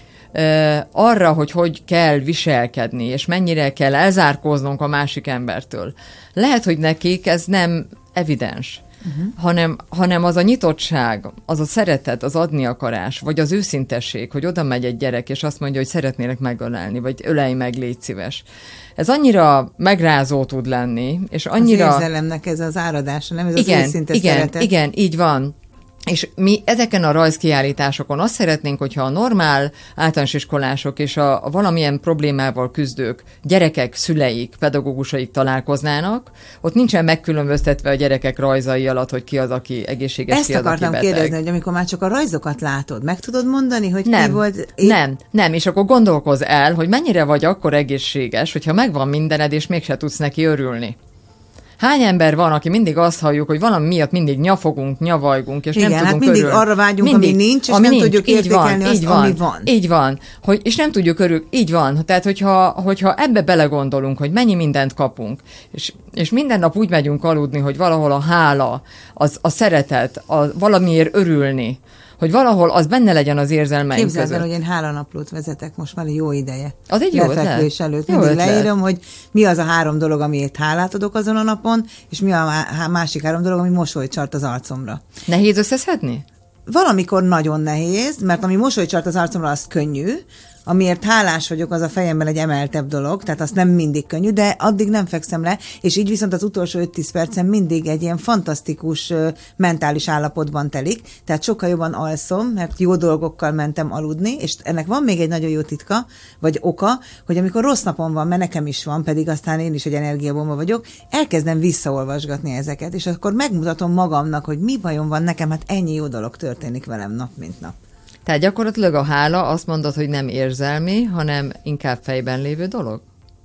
arra, hogy hogy kell viselkedni, és mennyire kell elzárkóznunk a másik embertől. Lehet, hogy nekik ez nem evidens, uh-huh. hanem, hanem az a nyitottság, az a szeretet, az adni akarás, vagy az őszintesség, hogy oda megy egy gyerek, és azt mondja, hogy szeretnélek megölelni, vagy ölelj meg, légy szíves. Ez annyira megrázó tud lenni, és annyira... Az érzelemnek ez az áradása, nem ez igen, az őszinte igen, szeretet. Igen, így van. És mi ezeken a rajzkiállításokon azt szeretnénk, hogyha a normál általános iskolások és a, a valamilyen problémával küzdők, gyerekek, szüleik, pedagógusaik találkoznának, ott nincsen megkülönböztetve a gyerekek rajzai alatt, hogy ki az, aki egészséges, Ezt ki az, aki beteg. Ezt akartam kérdezni, hogy amikor már csak a rajzokat látod, meg tudod mondani, hogy nem, ki volt... Én... Nem, nem, és akkor gondolkozz el, hogy mennyire vagy akkor egészséges, hogyha megvan mindened, és mégse tudsz neki örülni. Hány ember van, aki mindig azt halljuk, hogy valami miatt mindig nyafogunk, nyavajgunk, és igen, nem hát tudunk mindig örülni. arra vágyunk, mindig, ami nincs, és ami nem nincs. tudjuk így értékelni van, azt, így van, ami van. Így van, hogy, és nem tudjuk örülni, így van. Tehát, hogyha, hogyha ebbe belegondolunk, hogy mennyi mindent kapunk, és, és minden nap úgy megyünk aludni, hogy valahol a hála, az, a szeretet, a valamiért örülni, hogy valahol az benne legyen az érzelmeim Képzeld között. el, hogy én hálanaplót vezetek most már jó ideje. Az egy jó lefekvés ötlet. előtt. Jó Mindig ötlet. leírom, hogy mi az a három dolog, amiért hálát adok azon a napon, és mi a másik három dolog, ami mosolyt csart az arcomra. Nehéz összeszedni? Valamikor nagyon nehéz, mert ami mosolyt csart az arcomra, az könnyű, amiért hálás vagyok, az a fejemben egy emeltebb dolog, tehát azt nem mindig könnyű, de addig nem fekszem le, és így viszont az utolsó öt-tíz percen mindig egy ilyen fantasztikus uh, mentális állapotban telik, tehát sokkal jobban alszom, mert jó dolgokkal mentem aludni, és ennek van még egy nagyon jó titka, vagy oka, hogy amikor rossz napom van, mert nekem is van, pedig aztán én is egy energiabomba vagyok, elkezdem visszaolvasgatni ezeket, és akkor megmutatom magamnak, hogy mi bajom van nekem, hát ennyi jó dolog történik velem nap, mint nap. Tehát gyakorlatilag a hála azt mondod, hogy nem érzelmi, hanem inkább fejben lévő dolog?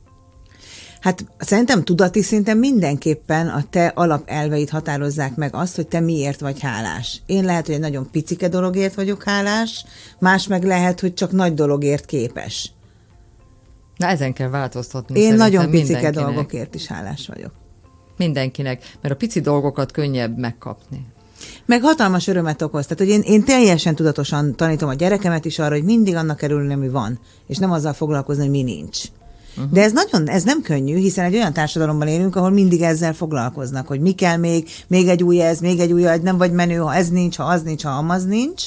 Hát szerintem tudati szinten mindenképpen a te alapelveid határozzák meg azt, hogy te miért vagy hálás. Én lehet, hogy egy nagyon picike dologért vagyok hálás, más meg lehet, hogy csak nagy dologért képes. Na ezen kell változtatni. Én nagyon picike dolgokért is hálás vagyok. Mindenkinek, mert a pici dolgokat könnyebb megkapni. Meg hatalmas örömet okoz. Tehát, hogy én, én teljesen tudatosan tanítom a gyerekemet is arra, hogy mindig annak örülni, ami van, és nem azzal foglalkozni, hogy mi nincs. Uh-huh. De ez nagyon, ez nem könnyű, hiszen egy olyan társadalomban élünk, ahol mindig ezzel foglalkoznak, hogy mi kell még, még egy új ez, még egy új, nem vagy menő, ha ez nincs, ha az nincs, ha amaz nincs.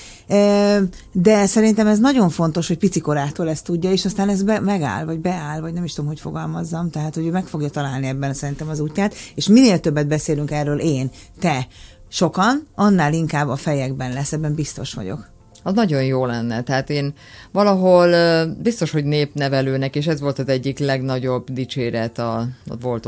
De szerintem ez nagyon fontos, hogy picikorától ezt tudja, és aztán ez be, megáll, vagy beáll, vagy nem is tudom, hogy fogalmazzam, tehát, hogy ő meg fogja találni ebben szerintem az útját, és minél többet beszélünk erről én, te, sokan, annál inkább a fejekben lesz, ebben biztos vagyok. Az nagyon jó lenne. Tehát én valahol biztos, hogy népnevelőnek, és ez volt az egyik legnagyobb dicséret a, a volt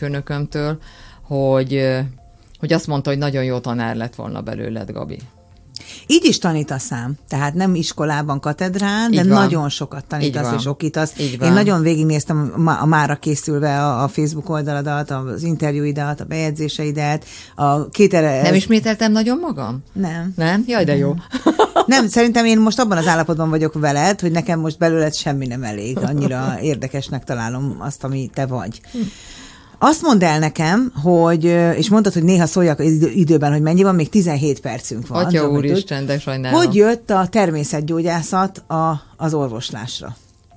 osztályfőnökömtől, hogy, hogy azt mondta, hogy nagyon jó tanár lett volna belőled, Gabi. Így is tanít a szám, tehát nem iskolában, katedrán, de nagyon sokat tanítasz és okítasz. Én nagyon végignéztem a mára készülve a Facebook oldaladat, az interjúidat, a bejegyzéseidet. A két erre, nem ismételtem nagyon magam? Nem. Nem? Jaj, de jó. Nem, szerintem én most abban az állapotban vagyok veled, hogy nekem most belőled semmi nem elég. Annyira érdekesnek találom azt, ami te vagy. Azt mondd el nekem, hogy, és mondtad, hogy néha szóljak időben, hogy mennyi van, még tizenhét percünk van. Atya úristen, de sajnálom. Hogy jött a természetgyógyászat a, az orvoslásra?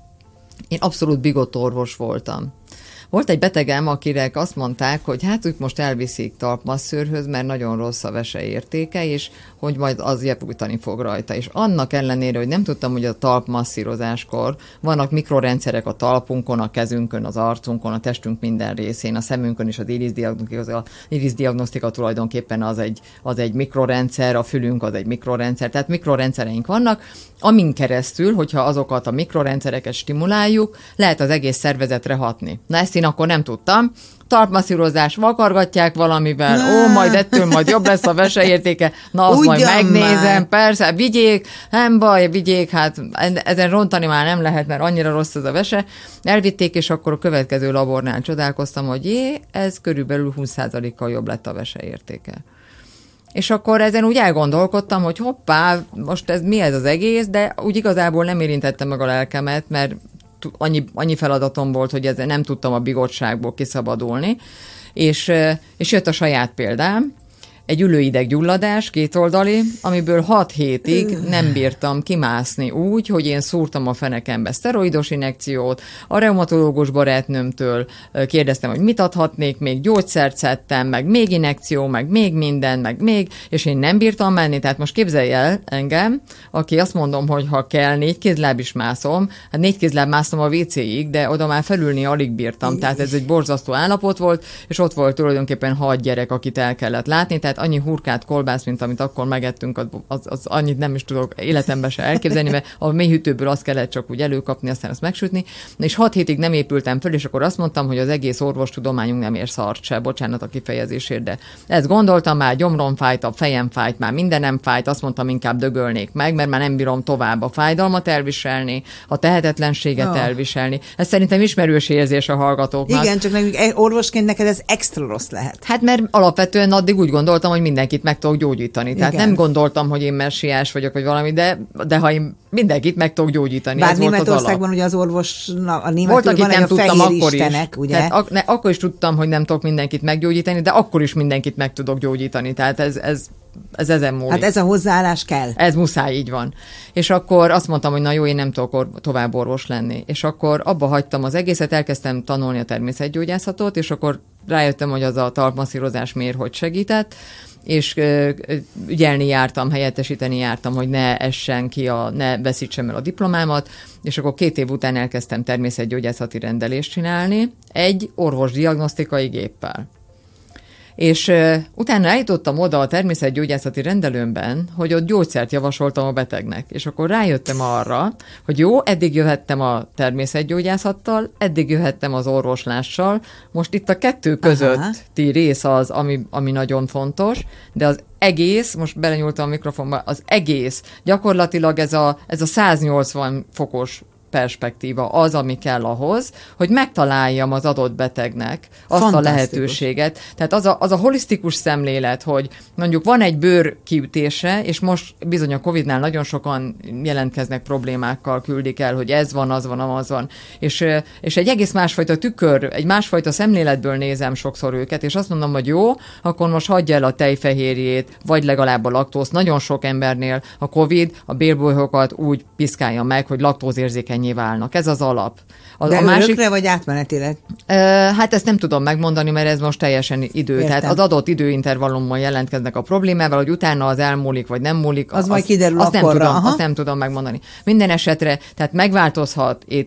Én abszolút bigott orvos voltam. Volt egy betegem, akire azt mondták, hogy hát ők most elviszik talpmasszőrhöz, mert nagyon rossz a vese értéke, és hogy majd az javítani fog rajta. És annak ellenére, hogy nem tudtam, hogy a talpmasszírozáskor vannak mikrorendszerek a talpunkon, a kezünkön, az arcunkon, a testünk minden részén, a szemünkön is az irisdiagnosztika, az irisdiagnosztika tulajdonképpen az egy, az egy mikrorendszer, a fülünk az egy mikrorendszer, tehát mikrorendszereink vannak, amin keresztül, hogyha azokat a mikrorendszereket stimuláljuk, lehet az egész szervezetre hatni. Na ezt én akkor nem tudtam. Talpmasszírozás, vakargatják valamivel, ne. ó, majd ettől majd jobb lesz a veseértéke, na azt Ugyan majd megnézem, már. Persze, vigyék, nem baj, vigyék, hát ezen rontani már nem lehet, mert annyira rossz ez a vese. Elvitték, és akkor a következő labornál csodálkoztam, hogy jé, ez körülbelül húsz százalékkal jobb lett a veseértéke. És akkor ezen úgy elgondolkodtam, hogy hoppá, most ez mi ez az egész, de úgy igazából nem érintette meg a lelkemet, mert annyi, annyi feladatom volt, hogy ezzel nem tudtam a bigottságból kiszabadulni, és, és jött a saját példám, egy ülőideggyulladás, kétoldali, amiből hat hétig nem bírtam kimászni úgy, hogy én szúrtam a fenekembe szteroidos injekciót, a reumatológus barátnőmtől kérdeztem, hogy mit adhatnék, még gyógyszert szedtem, meg még injekció, meg még minden, meg még, és én nem bírtam menni, tehát most képzelj el engem, aki azt mondom, hogy ha kell, négy kézláb is mászom, hát négy kézláb másztam a vé céig, de oda már felülni alig bírtam, tehát ez egy borzasztó állapot volt, és ott volt tulajdonképpen hat gyerek, akit el kellett látni, tehát annyi hurkát, kolbász, mint amit akkor megettünk, az, az, az annyit nem is tudok életemben se elképzelni, mert a mélyhűtőből azt kellett csak úgy előkapni, aztán azt megsütni. És hat hétig nem épültem föl, és akkor azt mondtam, hogy az egész orvostudományunk nem ér szart se, bocsánat a kifejezésért, de ezt gondoltam, már gyomrom fájt, a fejem fájt, már mindenem fájt, azt mondtam, inkább dögölnék meg, mert már nem bírom tovább a fájdalmat elviselni, a tehetetlenséget oh. elviselni. Ez szerintem ismerős érzés a hallgatóknak. Igen, csak nekünk orvosként neked ez extra rossz lehet. Hát mert alapvetően addig úgy gondoltam, hogy mindenkit meg tudok gyógyítani. Igen. Tehát nem gondoltam, hogy én messiás vagyok, vagy valami, de, de ha én mindenkit meg tudok gyógyítani. Bár Németországban ugye az orvos, a németül van nem a tudtam akkor istenek, is. ugye? Tehát ak- ne, akkor is tudtam, hogy nem tudok mindenkit meggyógyítani, de akkor is mindenkit meg tudok gyógyítani. Tehát ez, ez, ez ezen múlik. Hát ez a hozzáállás kell. Ez muszáj, így van. És akkor azt mondtam, hogy na jó, én nem tudok or- tovább orvos lenni. És akkor abba hagytam az egészet, elkezdtem tanulni a természetgyógyászatot, és akkor rájöttem, hogy az a talpmasszírozás miért hogy segített, és ö, ügyelni jártam, helyettesíteni jártam, hogy ne essen ki, a, ne veszítsem el a diplomámat, és akkor két év után elkezdtem természetgyógyászati rendelést csinálni egy orvosdiagnosztikai géppel. És uh, utána eljutottam oda a természetgyógyászati rendelőmben, hogy ott gyógyszert javasoltam a betegnek. És akkor rájöttem arra, hogy jó, eddig jöhettem a természetgyógyászattal, eddig jöhettem az orvoslással, most itt a kettő közötti rész az, ami, ami nagyon fontos, de az egész, most belenyúltam a mikrofonba, az egész, gyakorlatilag ez a, ez a száznyolcvan fokos perspektíva az, ami kell ahhoz, hogy megtaláljam az adott betegnek azt a lehetőséget. Tehát az a, az a holisztikus szemlélet, hogy mondjuk van egy bőr kiütése, és most bizony a Covidnál nagyon sokan jelentkeznek problémákkal, küldik el, hogy ez van, az van, az van. És, és egy egész másfajta tükör, egy másfajta szemléletből nézem sokszor őket, és azt mondom, hogy jó, akkor most hagyja el a tejfehérjét, vagy legalább a laktózt. Nagyon sok embernél a Covid a bélbolyhokat úgy piszkálja meg, hogy laktózérzékeny válnak. Ez az alap. A, De a másik, örökre vagy átmenetileg? Uh, hát ezt nem tudom megmondani, mert ez most teljesen idő. Értem. Tehát az adott időintervallummal jelentkeznek a problémával, hogy utána az elmúlik, vagy nem múlik. Az, az majd kiderül azt akkorra. Nem tudom, azt nem tudom megmondani. Minden esetre, tehát megváltozhat étel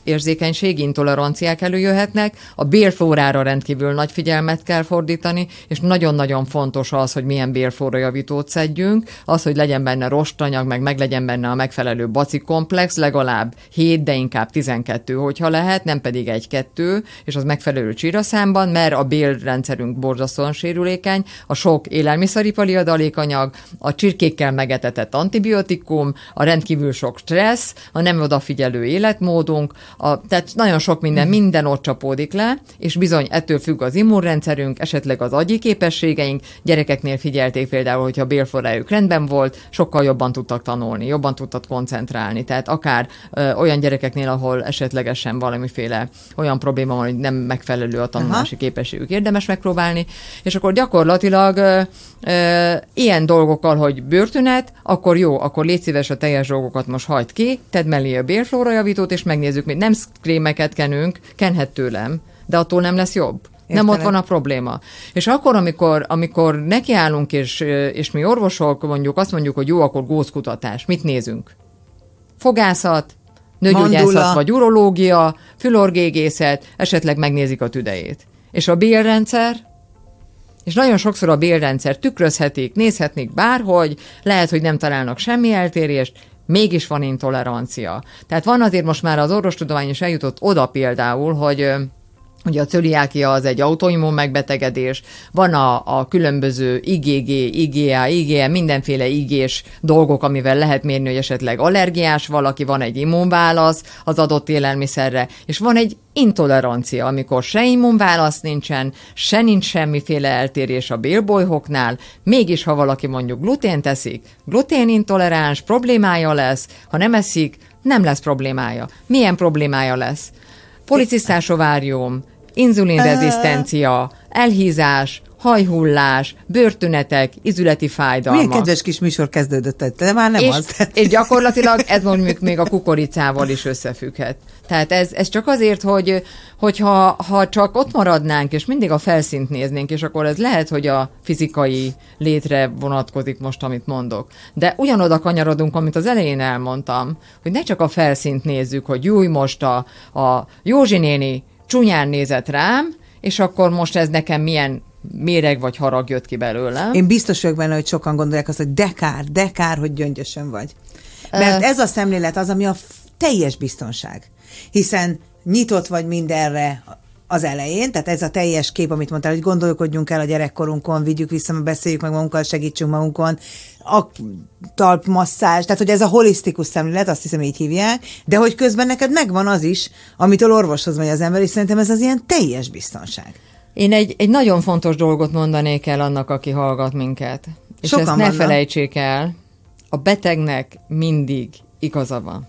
érzékenység, intoleranciák előjöhetnek, a bélflórára rendkívül nagy figyelmet kell fordítani, és nagyon-nagyon fontos az, hogy milyen bélflórajavítót szedjünk, az, hogy legyen benne rostanyag, meg meg legyen benne a megfelelő bacikomplex, legalább hét, de inkább tizenkettő, hogyha lehet, nem pedig egy-kettő, és az megfelelő csíraszámban, mert a bélrendszerünk borzasztóan sérülékeny, a sok élelmiszeripari adalékanyag, a csirkékkel megetetett antibiotikum, a rendkívül sok stressz, a nem odafigyelő életmódunk, a, tehát nagyon sok minden, minden ott csapódik le, és bizony ettől függ az immunrendszerünk, esetleg az agyi képességeink. Gyerekeknél figyelték például, hogyha a bélflorájuk rendben volt, sokkal jobban tudtak tanulni, jobban tudtak koncentrálni. Tehát akár ö, olyan gyerekeknél, ahol esetlegesen valamiféle olyan probléma van, hogy nem megfelelő a tanulási Aha. képességük, érdemes megpróbálni, és akkor gyakorlatilag ö, ö, ilyen dolgokkal, hogy bőrtünet, akkor jó, akkor légy szíves a teljes dolgokat most hagyd ki, tedd mellé a bélflórajavítót, és megnézzük, hogy nem krémeket kenünk, kenhet tőlem, de attól nem lesz jobb. Értelek. Nem ott van a probléma. És akkor, amikor, amikor nekiállunk, és, és mi orvosok mondjuk azt mondjuk, hogy jó, akkor góckutatás, mit nézünk? Fogászat, nőgyógyászat vagy urológia, fülorgégészet, esetleg megnézik a tüdejét. És a bélrendszer, és nagyon sokszor a bélrendszer tükrözhetik, nézhetnék bárhogy, lehet, hogy nem találnak semmi eltérést, mégis van intolerancia. Tehát van azért most már az orvostudomány is eljutott oda például, hogy ugye a cöliákia az egy autoimmun megbetegedés, van a, a különböző I G G, I G A, I G M, mindenféle igés dolgok, amivel lehet mérni, hogy esetleg allergiás valaki, van egy immunválasz az adott élelmiszerre, és van egy intolerancia, amikor se immunválasz nincsen, se nincs semmiféle eltérés a bélbolyhoknál, mégis ha valaki mondjuk glutént eszik, gluténintoleráns, problémája lesz, ha nem eszik, nem lesz problémája. Milyen problémája lesz? Policisztás ovárium, inzulinrezisztencia, elhízás, hajhullás, bőrtünetek, izületi fájdalmak. Milyen kedves kis műsor kezdődött, de már nem és, az. És gyakorlatilag ez mondjuk még a kukoricával is összefügghet. Tehát ez, ez csak azért, hogy hogyha, ha csak ott maradnánk, és mindig a felszínt néznénk, és akkor ez lehet, hogy a fizikai létre vonatkozik most, amit mondok. De ugyanoda kanyarodunk, amit az elején elmondtam, hogy ne csak a felszínt nézzük, hogy júj, most a, a Józsi néni csúnyán nézett rám, és akkor most ez nekem milyen méreg vagy harag jött ki belőle. Én biztos vagyok benne, hogy sokan gondolják azt, hogy de kár, de kár, hogy gyöngyösön vagy. Mert uh, ez a szemlélet az, ami a teljes biztonság. Hiszen nyitott vagy mindenre az elején, tehát ez a teljes kép, amit mondtál, hogy gondolkodjunk el a gyerekkorunkon, vigyük vissza, beszéljük meg magunkkal, segítsünk magunkon, a talpmasszázs, tehát hogy ez a holisztikus szemlélet, azt hiszem így hívják, de hogy közben neked megvan az is, amitől orvoshoz megy az ember, és szerintem ez az ilyen teljes biztonság. Én egy, egy nagyon fontos dolgot mondanék el annak, aki hallgat minket. És Sokan ezt ne vannak. Felejtsék el, a betegnek mindig igaza van.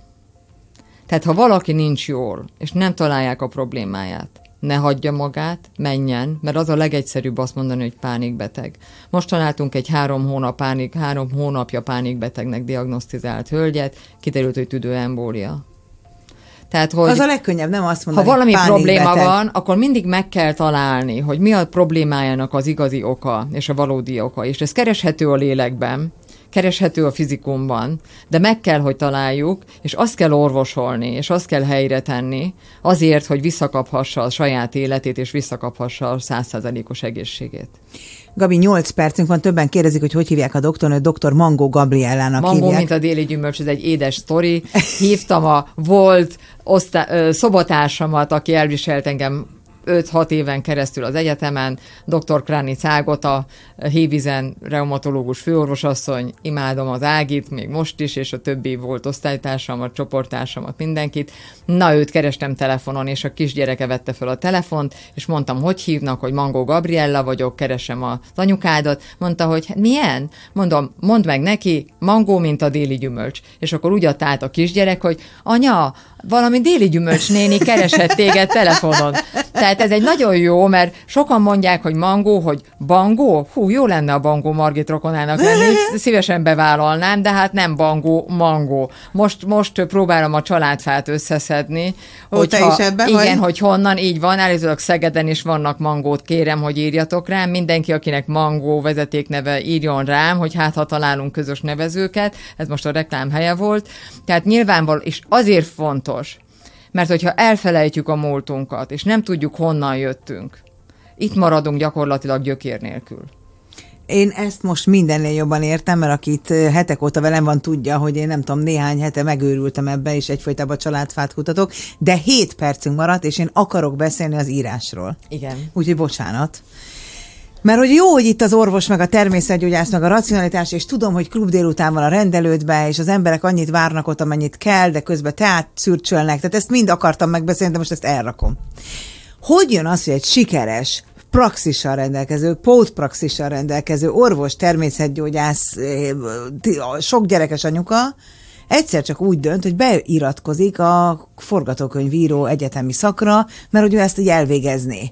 Tehát ha valaki nincs jól, és nem találják a problémáját, ne hagyja magát, menjen, mert az a legegyszerűbb azt mondani, hogy pánikbeteg. Most találtunk egy három, hónap pánik, három hónapja pánikbetegnek diagnosztizált hölgyet, kiderült, hogy tüdőembólia. Tehát, hogy az a legkönnyebb, nem azt mondani, ha valami probléma beteg. van, akkor mindig meg kell találni, hogy mi a problémájának az igazi oka, és a valódi oka. És ez kereshető a lélekben, kereshető a fizikumban, de meg kell, hogy találjuk, és azt kell orvosolni, és azt kell helyre tenni, azért, hogy visszakaphassa a saját életét, és visszakaphassa a száz százalékos egészségét. Gabi, nyolc percünk van, többen kérdezik, hogy hogy hívják a doktornőt, doktor Mangó Gabriellának Mangó, hívják. mint a déli gyümölcs, ez egy édes sztori. Hívtam a volt osztá- ö, szobatársamat, aki elviselt engem öt-hat éven keresztül az egyetemen, doktor Kránic Ágota, Hévízen reumatológus főorvosasszony, imádom az Ágit, még most is, és a többi volt osztálytársamat, csoporttársamat, mindenkit. Na, őt kerestem telefonon, és a kisgyereke vette fel a telefont, és mondtam, hogy hívnak, hogy Mangó Gabriella vagyok, keresem az anyukádat. Mondta, hogy hát milyen? Mondom, mondd meg neki, Mangó, mint a déli gyümölcs. És akkor úgy adta át a kisgyerek, hogy anya, valami déli gyümölcs néni keresett téged telefonon. Tehát ez egy nagyon jó, mert sokan mondják, hogy Mangó, hogy Bangó, hú, jó lenne a Bangó Margit rokonának lenni, szívesen bevállalnám, de hát nem Bangó, Mangó. Most, most próbálom a családfát összeszedni. Ó, te is ebben igen, vagy? hogy honnan, így van, állítólag Szegeden is vannak Mangót, kérem, hogy írjatok rám. Mindenki, akinek Mangó vezetékneve, írjon rám, hogy hát ha találunk közös nevezőket. Ez most a reklám helye volt. Tehát nyilvánvaló, és azért fontos, Mert hogyha elfelejtjük a múltunkat, és nem tudjuk, honnan jöttünk, itt maradunk gyakorlatilag gyökér nélkül. Én ezt most mindennél jobban értem, mert akit hetek óta velem van, tudja, hogy én nem tudom, néhány hete megőrültem ebbe, és egyfolytában családfát kutatok, de hét percünk maradt, és én akarok beszélni az írásról. Igen. Úgyhogy bocsánat. Mert hogy jó, hogy itt az orvos, meg a természetgyógyász, meg a racionalitás, és tudom, hogy klub délután van a rendelődbe, és az emberek annyit várnak ott, amennyit kell, de közben teát szürcsölnek, tehát ezt mind akartam megbeszélni, de most ezt elrakom. Hogy jön az, hogy egy sikeres, praxissal rendelkező, pótpraxissal rendelkező orvos, természetgyógyász, sok gyerekes anyuka egyszer csak úgy dönt, hogy beiratkozik a forgatókönyvíró egyetemi szakra, mert hogy ő ezt így elvégezné.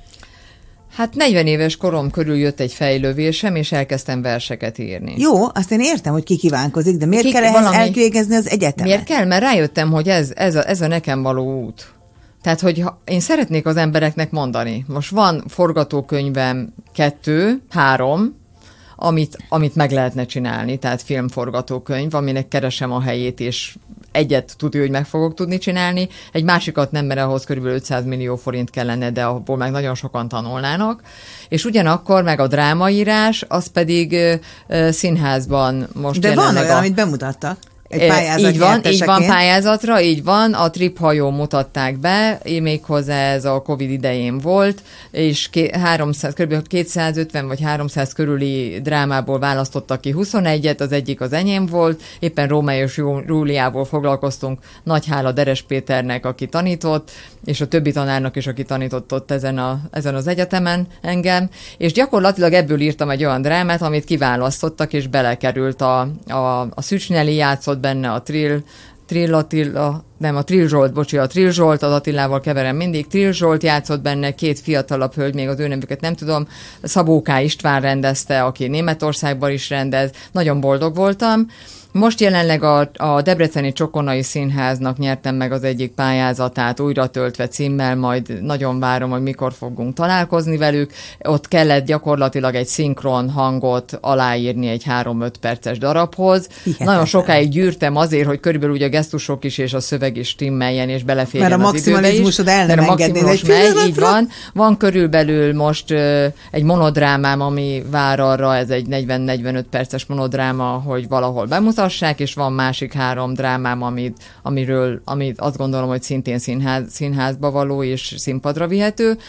Hát negyven éves korom körül jött egy fejlővésem, és elkezdtem verseket írni. Jó, azt én értem, hogy ki kívánkozik, de miért ki, kell ehhez valami... elvégezni az egyetemet? Miért kell? Mert rájöttem, hogy ez, ez, a, ez a nekem való út. Tehát, hogy én szeretnék az embereknek mondani. Most van forgatókönyvem kettő, három, amit, amit meg lehetne csinálni, tehát filmforgatókönyv, aminek keresem a helyét, és egyet tudja, hogy meg fogok tudni csinálni, egy másikat nem, mert ahhoz kb. ötszáz millió forint kellene, de abból meg nagyon sokan tanulnának, és ugyanakkor meg a drámaírás, az pedig uh, színházban most de van olyan, a... amit bemutattak. Egy pályázat így van, így van pályázatra, így van, a Trip hajó mutatták be, méghozzá ez a Covid idején volt, és háromszáz, kb. kétszázötven vagy háromszáz körüli drámából választottak ki huszonegyet, az egyik az enyém volt, éppen Rómeó és Júliából foglalkoztunk, nagy hála Deres Péternek, aki tanított, és a többi tanárnak is, aki tanított ott ezen, a, ezen az egyetemen engem, és gyakorlatilag ebből írtam egy olyan drámát, amit kiválasztottak, és belekerült a, a, a Szűcsnyeli játszott benne, a Trill, Trill Attila, nem, a Trill Zsolt, bocsi, a Trill Zsolt, az Attilával keverem mindig, Trill Zsolt játszott benne, két fiatalabb hölgy, még az ő nevüket nem tudom, Szabó K. István rendezte, aki Németországban is rendez, nagyon boldog voltam. Most jelenleg a, a Debreceni Csokonai Színháznak nyertem meg az egyik pályázatát, újra töltve címmel, majd nagyon várom, hogy mikor fogunk találkozni velük. Ott kellett gyakorlatilag egy szinkron hangot aláírni egy három-öt perces darabhoz. Hihetetlen. Nagyon sokáig gyűrtem azért, hogy körülbelül ugye a gesztusok is és a szöveg is stimmeljen és beleférjen az időbe is. Mert a maximalizmusod el nem engednéd egy megy, így van. Van körülbelül most uh, egy monodrámám, ami vár arra, ez egy negyven-negyvenöt perces monodráma, hogy valahol bemutassák, és van másik három drámám, amit, amiről, amit azt gondolom, hogy szintén színház, színházba való és színpadra vihető.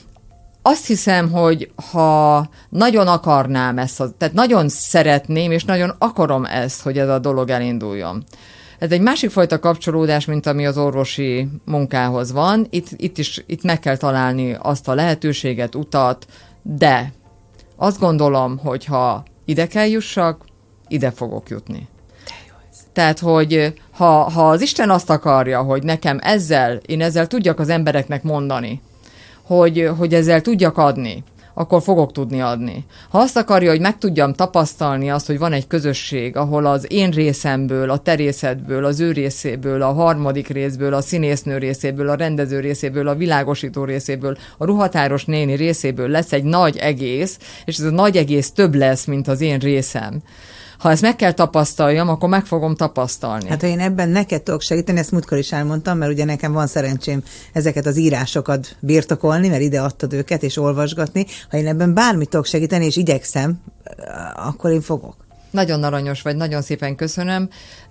Azt hiszem, hogy ha nagyon akarnám ezt, tehát nagyon szeretném, és nagyon akarom ezt, hogy ez a dolog elinduljon. Ez egy másik fajta kapcsolódás, mint ami az orvosi munkához van. Itt, itt is itt meg kell találni azt a lehetőséget, utat, de azt gondolom, hogy ha ide kell jussak, ide fogok jutni. Tehát, hogy ha, ha az Isten azt akarja, hogy nekem ezzel, én ezzel tudjak az embereknek mondani, hogy, hogy ezzel tudjak adni, akkor fogok tudni adni. Ha azt akarja, hogy meg tudjam tapasztalni azt, hogy van egy közösség, ahol az én részemből, a te részedből, az ő részéből, a harmadik részből, a színésznő részéből, a rendező részéből, a világosító részéből, a ruhatáros néni részéből lesz egy nagy egész, és ez a nagy egész több lesz, mint az én részem. Ha ezt meg kell tapasztaljam, akkor meg fogom tapasztalni. Hát ha én ebben neked tudok segíteni, ezt múltkor is elmondtam, mert ugye nekem van szerencsém ezeket az írásokat birtokolni, mert ide adtad őket, és olvasgatni. Ha én ebben bármit tudok segíteni, és igyekszem, akkor én fogok. Nagyon aranyos vagy, nagyon szépen köszönöm.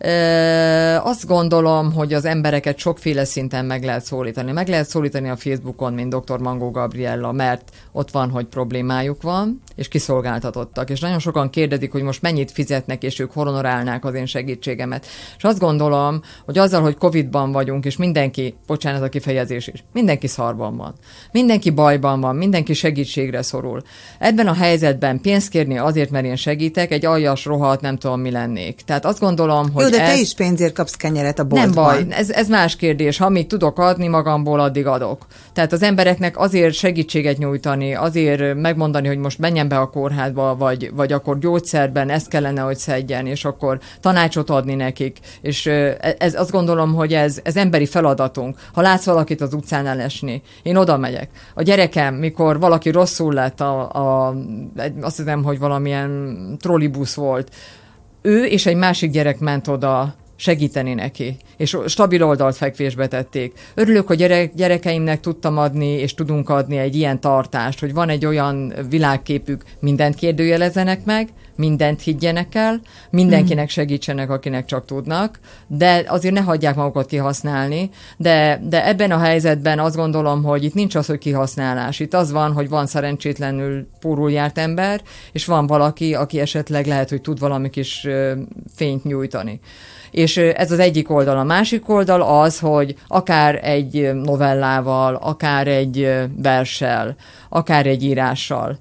E, azt gondolom, hogy az embereket sokféle szinten meg lehet szólítani. Meg lehet szólítani a Facebookon, mint doktor Mangó Gabriella, mert ott van, hogy problémájuk van, és kiszolgáltatottak. És nagyon sokan kérdezik, hogy most mennyit fizetnek, és ők honorálnák az én segítségemet. És azt gondolom, hogy azzal, hogy Covidban vagyunk, és mindenki, bocsánat a kifejezés is, mindenki szarban van. Mindenki bajban van, mindenki segítségre szorul. Ebben a helyzetben pénzt kérni azért, mert én segítek, egy aljas rohadt, nem tudom, mi lennék. Tehát azt gondolom, hogy jó, de ez... te is pénzért kapsz kenyeret a boltban. Nem baj, ez, ez más kérdés. Ha mit tudok adni magamból, addig adok. Tehát az embereknek azért segítséget nyújtani, azért megmondani, hogy most menjen be a kórházba, vagy, vagy akkor gyógyszerben ezt kellene, hogy szedjen, és akkor tanácsot adni nekik. És ez, azt gondolom, hogy ez, ez emberi feladatunk. Ha látsz valakit az utcán elesni, én oda megyek. A gyerekem, mikor valaki rosszul lett, a, a, azt hiszem, hogy valamilyen trollibusz volt, ő és egy másik gyerek ment oda segíteni neki, és stabil oldalt fekvésbe tették. Örülök, hogy gyerek, gyerekeimnek tudtam adni, és tudunk adni egy ilyen tartást, hogy van egy olyan világképük, mindent kérdőjelezzenek meg, mindent higgyenek el, mindenkinek segítsenek, akinek csak tudnak, de azért ne hagyják magukat kihasználni, de, de ebben a helyzetben azt gondolom, hogy itt nincs az, hogy kihasználás. Itt az van, hogy van szerencsétlenül pórul járt ember, és van valaki, aki esetleg lehet, hogy tud valami kis fényt nyújtani. És ez az egyik oldal. A másik oldal az, hogy akár egy novellával, akár egy verssel, akár egy írással,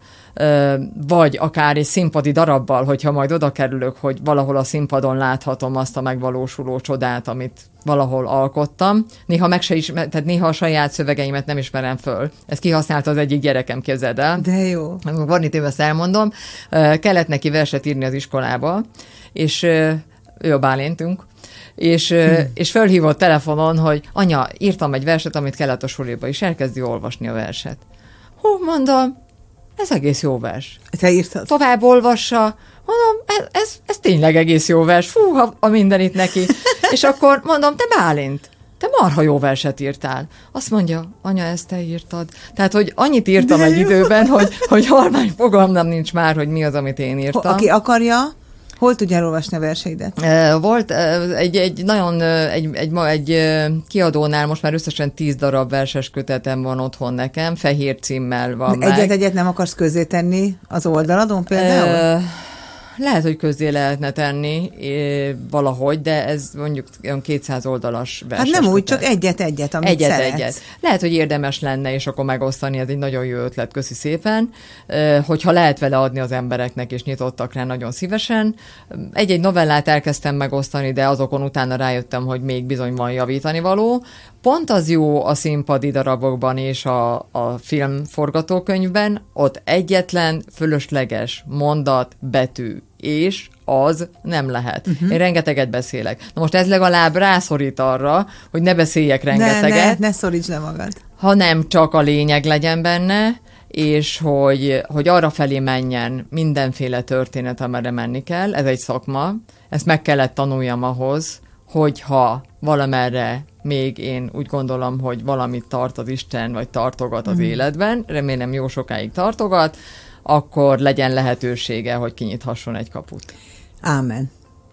vagy akár egy színpadi darabbal, hogyha majd oda kerülök, hogy valahol a színpadon láthatom azt a megvalósuló csodát, amit valahol alkottam. Néha meg se ismer, tehát néha a saját szövegeimet nem ismerem föl. Ezt kihasználta az egyik gyerekem, képzeld el. De jó. Van itt, én ezt elmondom. Kellett neki verset írni az iskolába, és ő a Bálintünk, és, hmm. és felhívott telefonon, hogy anya, írtam egy verset, amit kellett a suliba, és elkezdi olvasni a verset. Hú, mondom, ez egész jó vers. Te írtad? Tovább olvassa, mondom, ez, ez, ez tényleg egész jó vers, fú, ha a mindenit neki. És akkor mondom, te Bálint, te marha jó verset írtál. Azt mondja, anya, ezt te írtad. Tehát, hogy annyit írtam De egy jó. időben, hogy, hogy halvány fogalmam nincs már, hogy mi az, amit én írtam. Aki akarja, hol tudja elolvasni a verseidet? Volt egy, egy nagyon, egy, egy, egy kiadónál most már összesen tíz darab verses kötetem van otthon nekem, fehér címmel van meg. Egyet-egyet nem akarsz közzétenni az oldaladon például? Lehet, hogy közzé lehetne tenni valahogy, de ez mondjuk olyan kétszáz oldalas verses Hát nem úgy, kötet. Csak egyet-egyet, amit egyet, szeretsz. Egyet. Lehet, hogy érdemes lenne, és akkor megosztani, ez egy nagyon jó ötlet, köszi szépen. Hogyha lehet vele adni az embereknek, és nyitottak rá, nagyon szívesen. Egy-egy novellát elkezdtem megosztani, de azokon utána rájöttem, hogy még bizony van javítani való. Pont az jó a színpadi darabokban és a, a film forgatókönyvben, ott egyetlen fölösleges mondat, betű, és az nem lehet. Uh-huh. Én rengeteget beszélek. Na most ez legalább rászorít arra, hogy ne beszéljek rengeteget. Ne, ne, ne szorítsd le magad. Hanem csak a lényeg legyen benne, és hogy, hogy arra felé menjen mindenféle történet, amerre menni kell. Ez egy szakma. Ezt meg kellett tanuljam ahhoz, hogyha valamerre még én úgy gondolom, hogy valamit tart az Isten, vagy tartogat az mm. életben, remélem jó sokáig tartogat, akkor legyen lehetősége, hogy kinyithasson egy kaput. Ámen.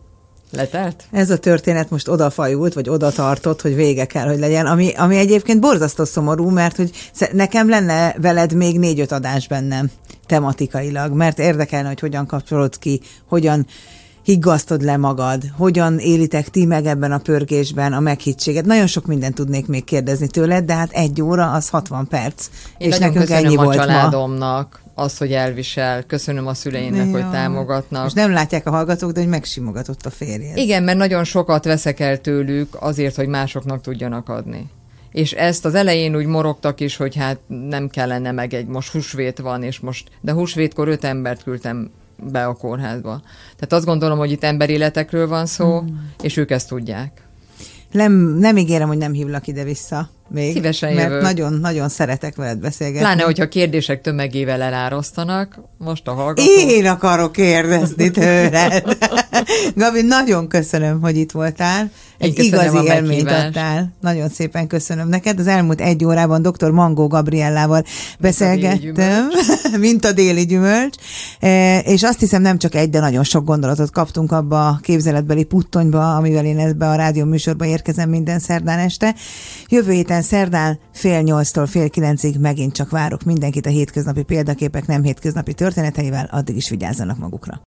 Letelt? Ez a történet most odafajult, vagy oda tartott, hogy vége kell, hogy legyen, ami, ami egyébként borzasztó szomorú, mert hogy nekem lenne veled még négy-öt adás bennem tematikailag, mert érdekelne, hogy hogyan kapcsolod ki, hogyan higgasztod le magad, hogyan élitek ti meg ebben a pörgésben a meghittséget. Nagyon sok mindent tudnék még kérdezni tőled, de hát egy óra az hatvan perc. Én és nagyon nekünk ennyi a volt családomnak ma. Azt, hogy elvisel, köszönöm a szüleimnek, Jó. hogy támogatnak. És nem látják a hallgatók, de hogy megsimogatott a férjed. Igen, mert nagyon sokat veszek el tőlük azért, hogy másoknak tudjanak adni. És ezt az elején úgy morogtak is, hogy hát nem kellene meg egy, most húsvét van, és most, de húsvétkor öt embert küldtem be a kórházba. Tehát azt gondolom, hogy itt emberéletekről van szó, hmm. és ők ezt tudják. Nem, nem ígérem, hogy nem hívlak ide-vissza még. Szívesen mert jövök. nagyon, nagyon szeretek veled beszélgetni. Pláne, hogyha kérdések tömegével elárasztanak, most a hallgatók. Én akarok kérdezni tőled. Gabi, nagyon köszönöm, hogy itt voltál. Egy igazi élményt adtál. Nagyon szépen köszönöm neked. Az elmúlt egy órában dr. Mangó Gabriellával beszélgettem, mint a déli gyümölcs. E, és azt hiszem, nem csak egy, de nagyon sok gondolatot kaptunk abba a képzeletbeli puttonyba, amivel én ebbe a rádió műsorba érkezem minden szerdán este. Jövő héten szerdán fél nyolctól fél kilencig megint csak várok mindenkit a hétköznapi példaképek nem hétköznapi történeteivel. Addig is vigyázzanak magukra.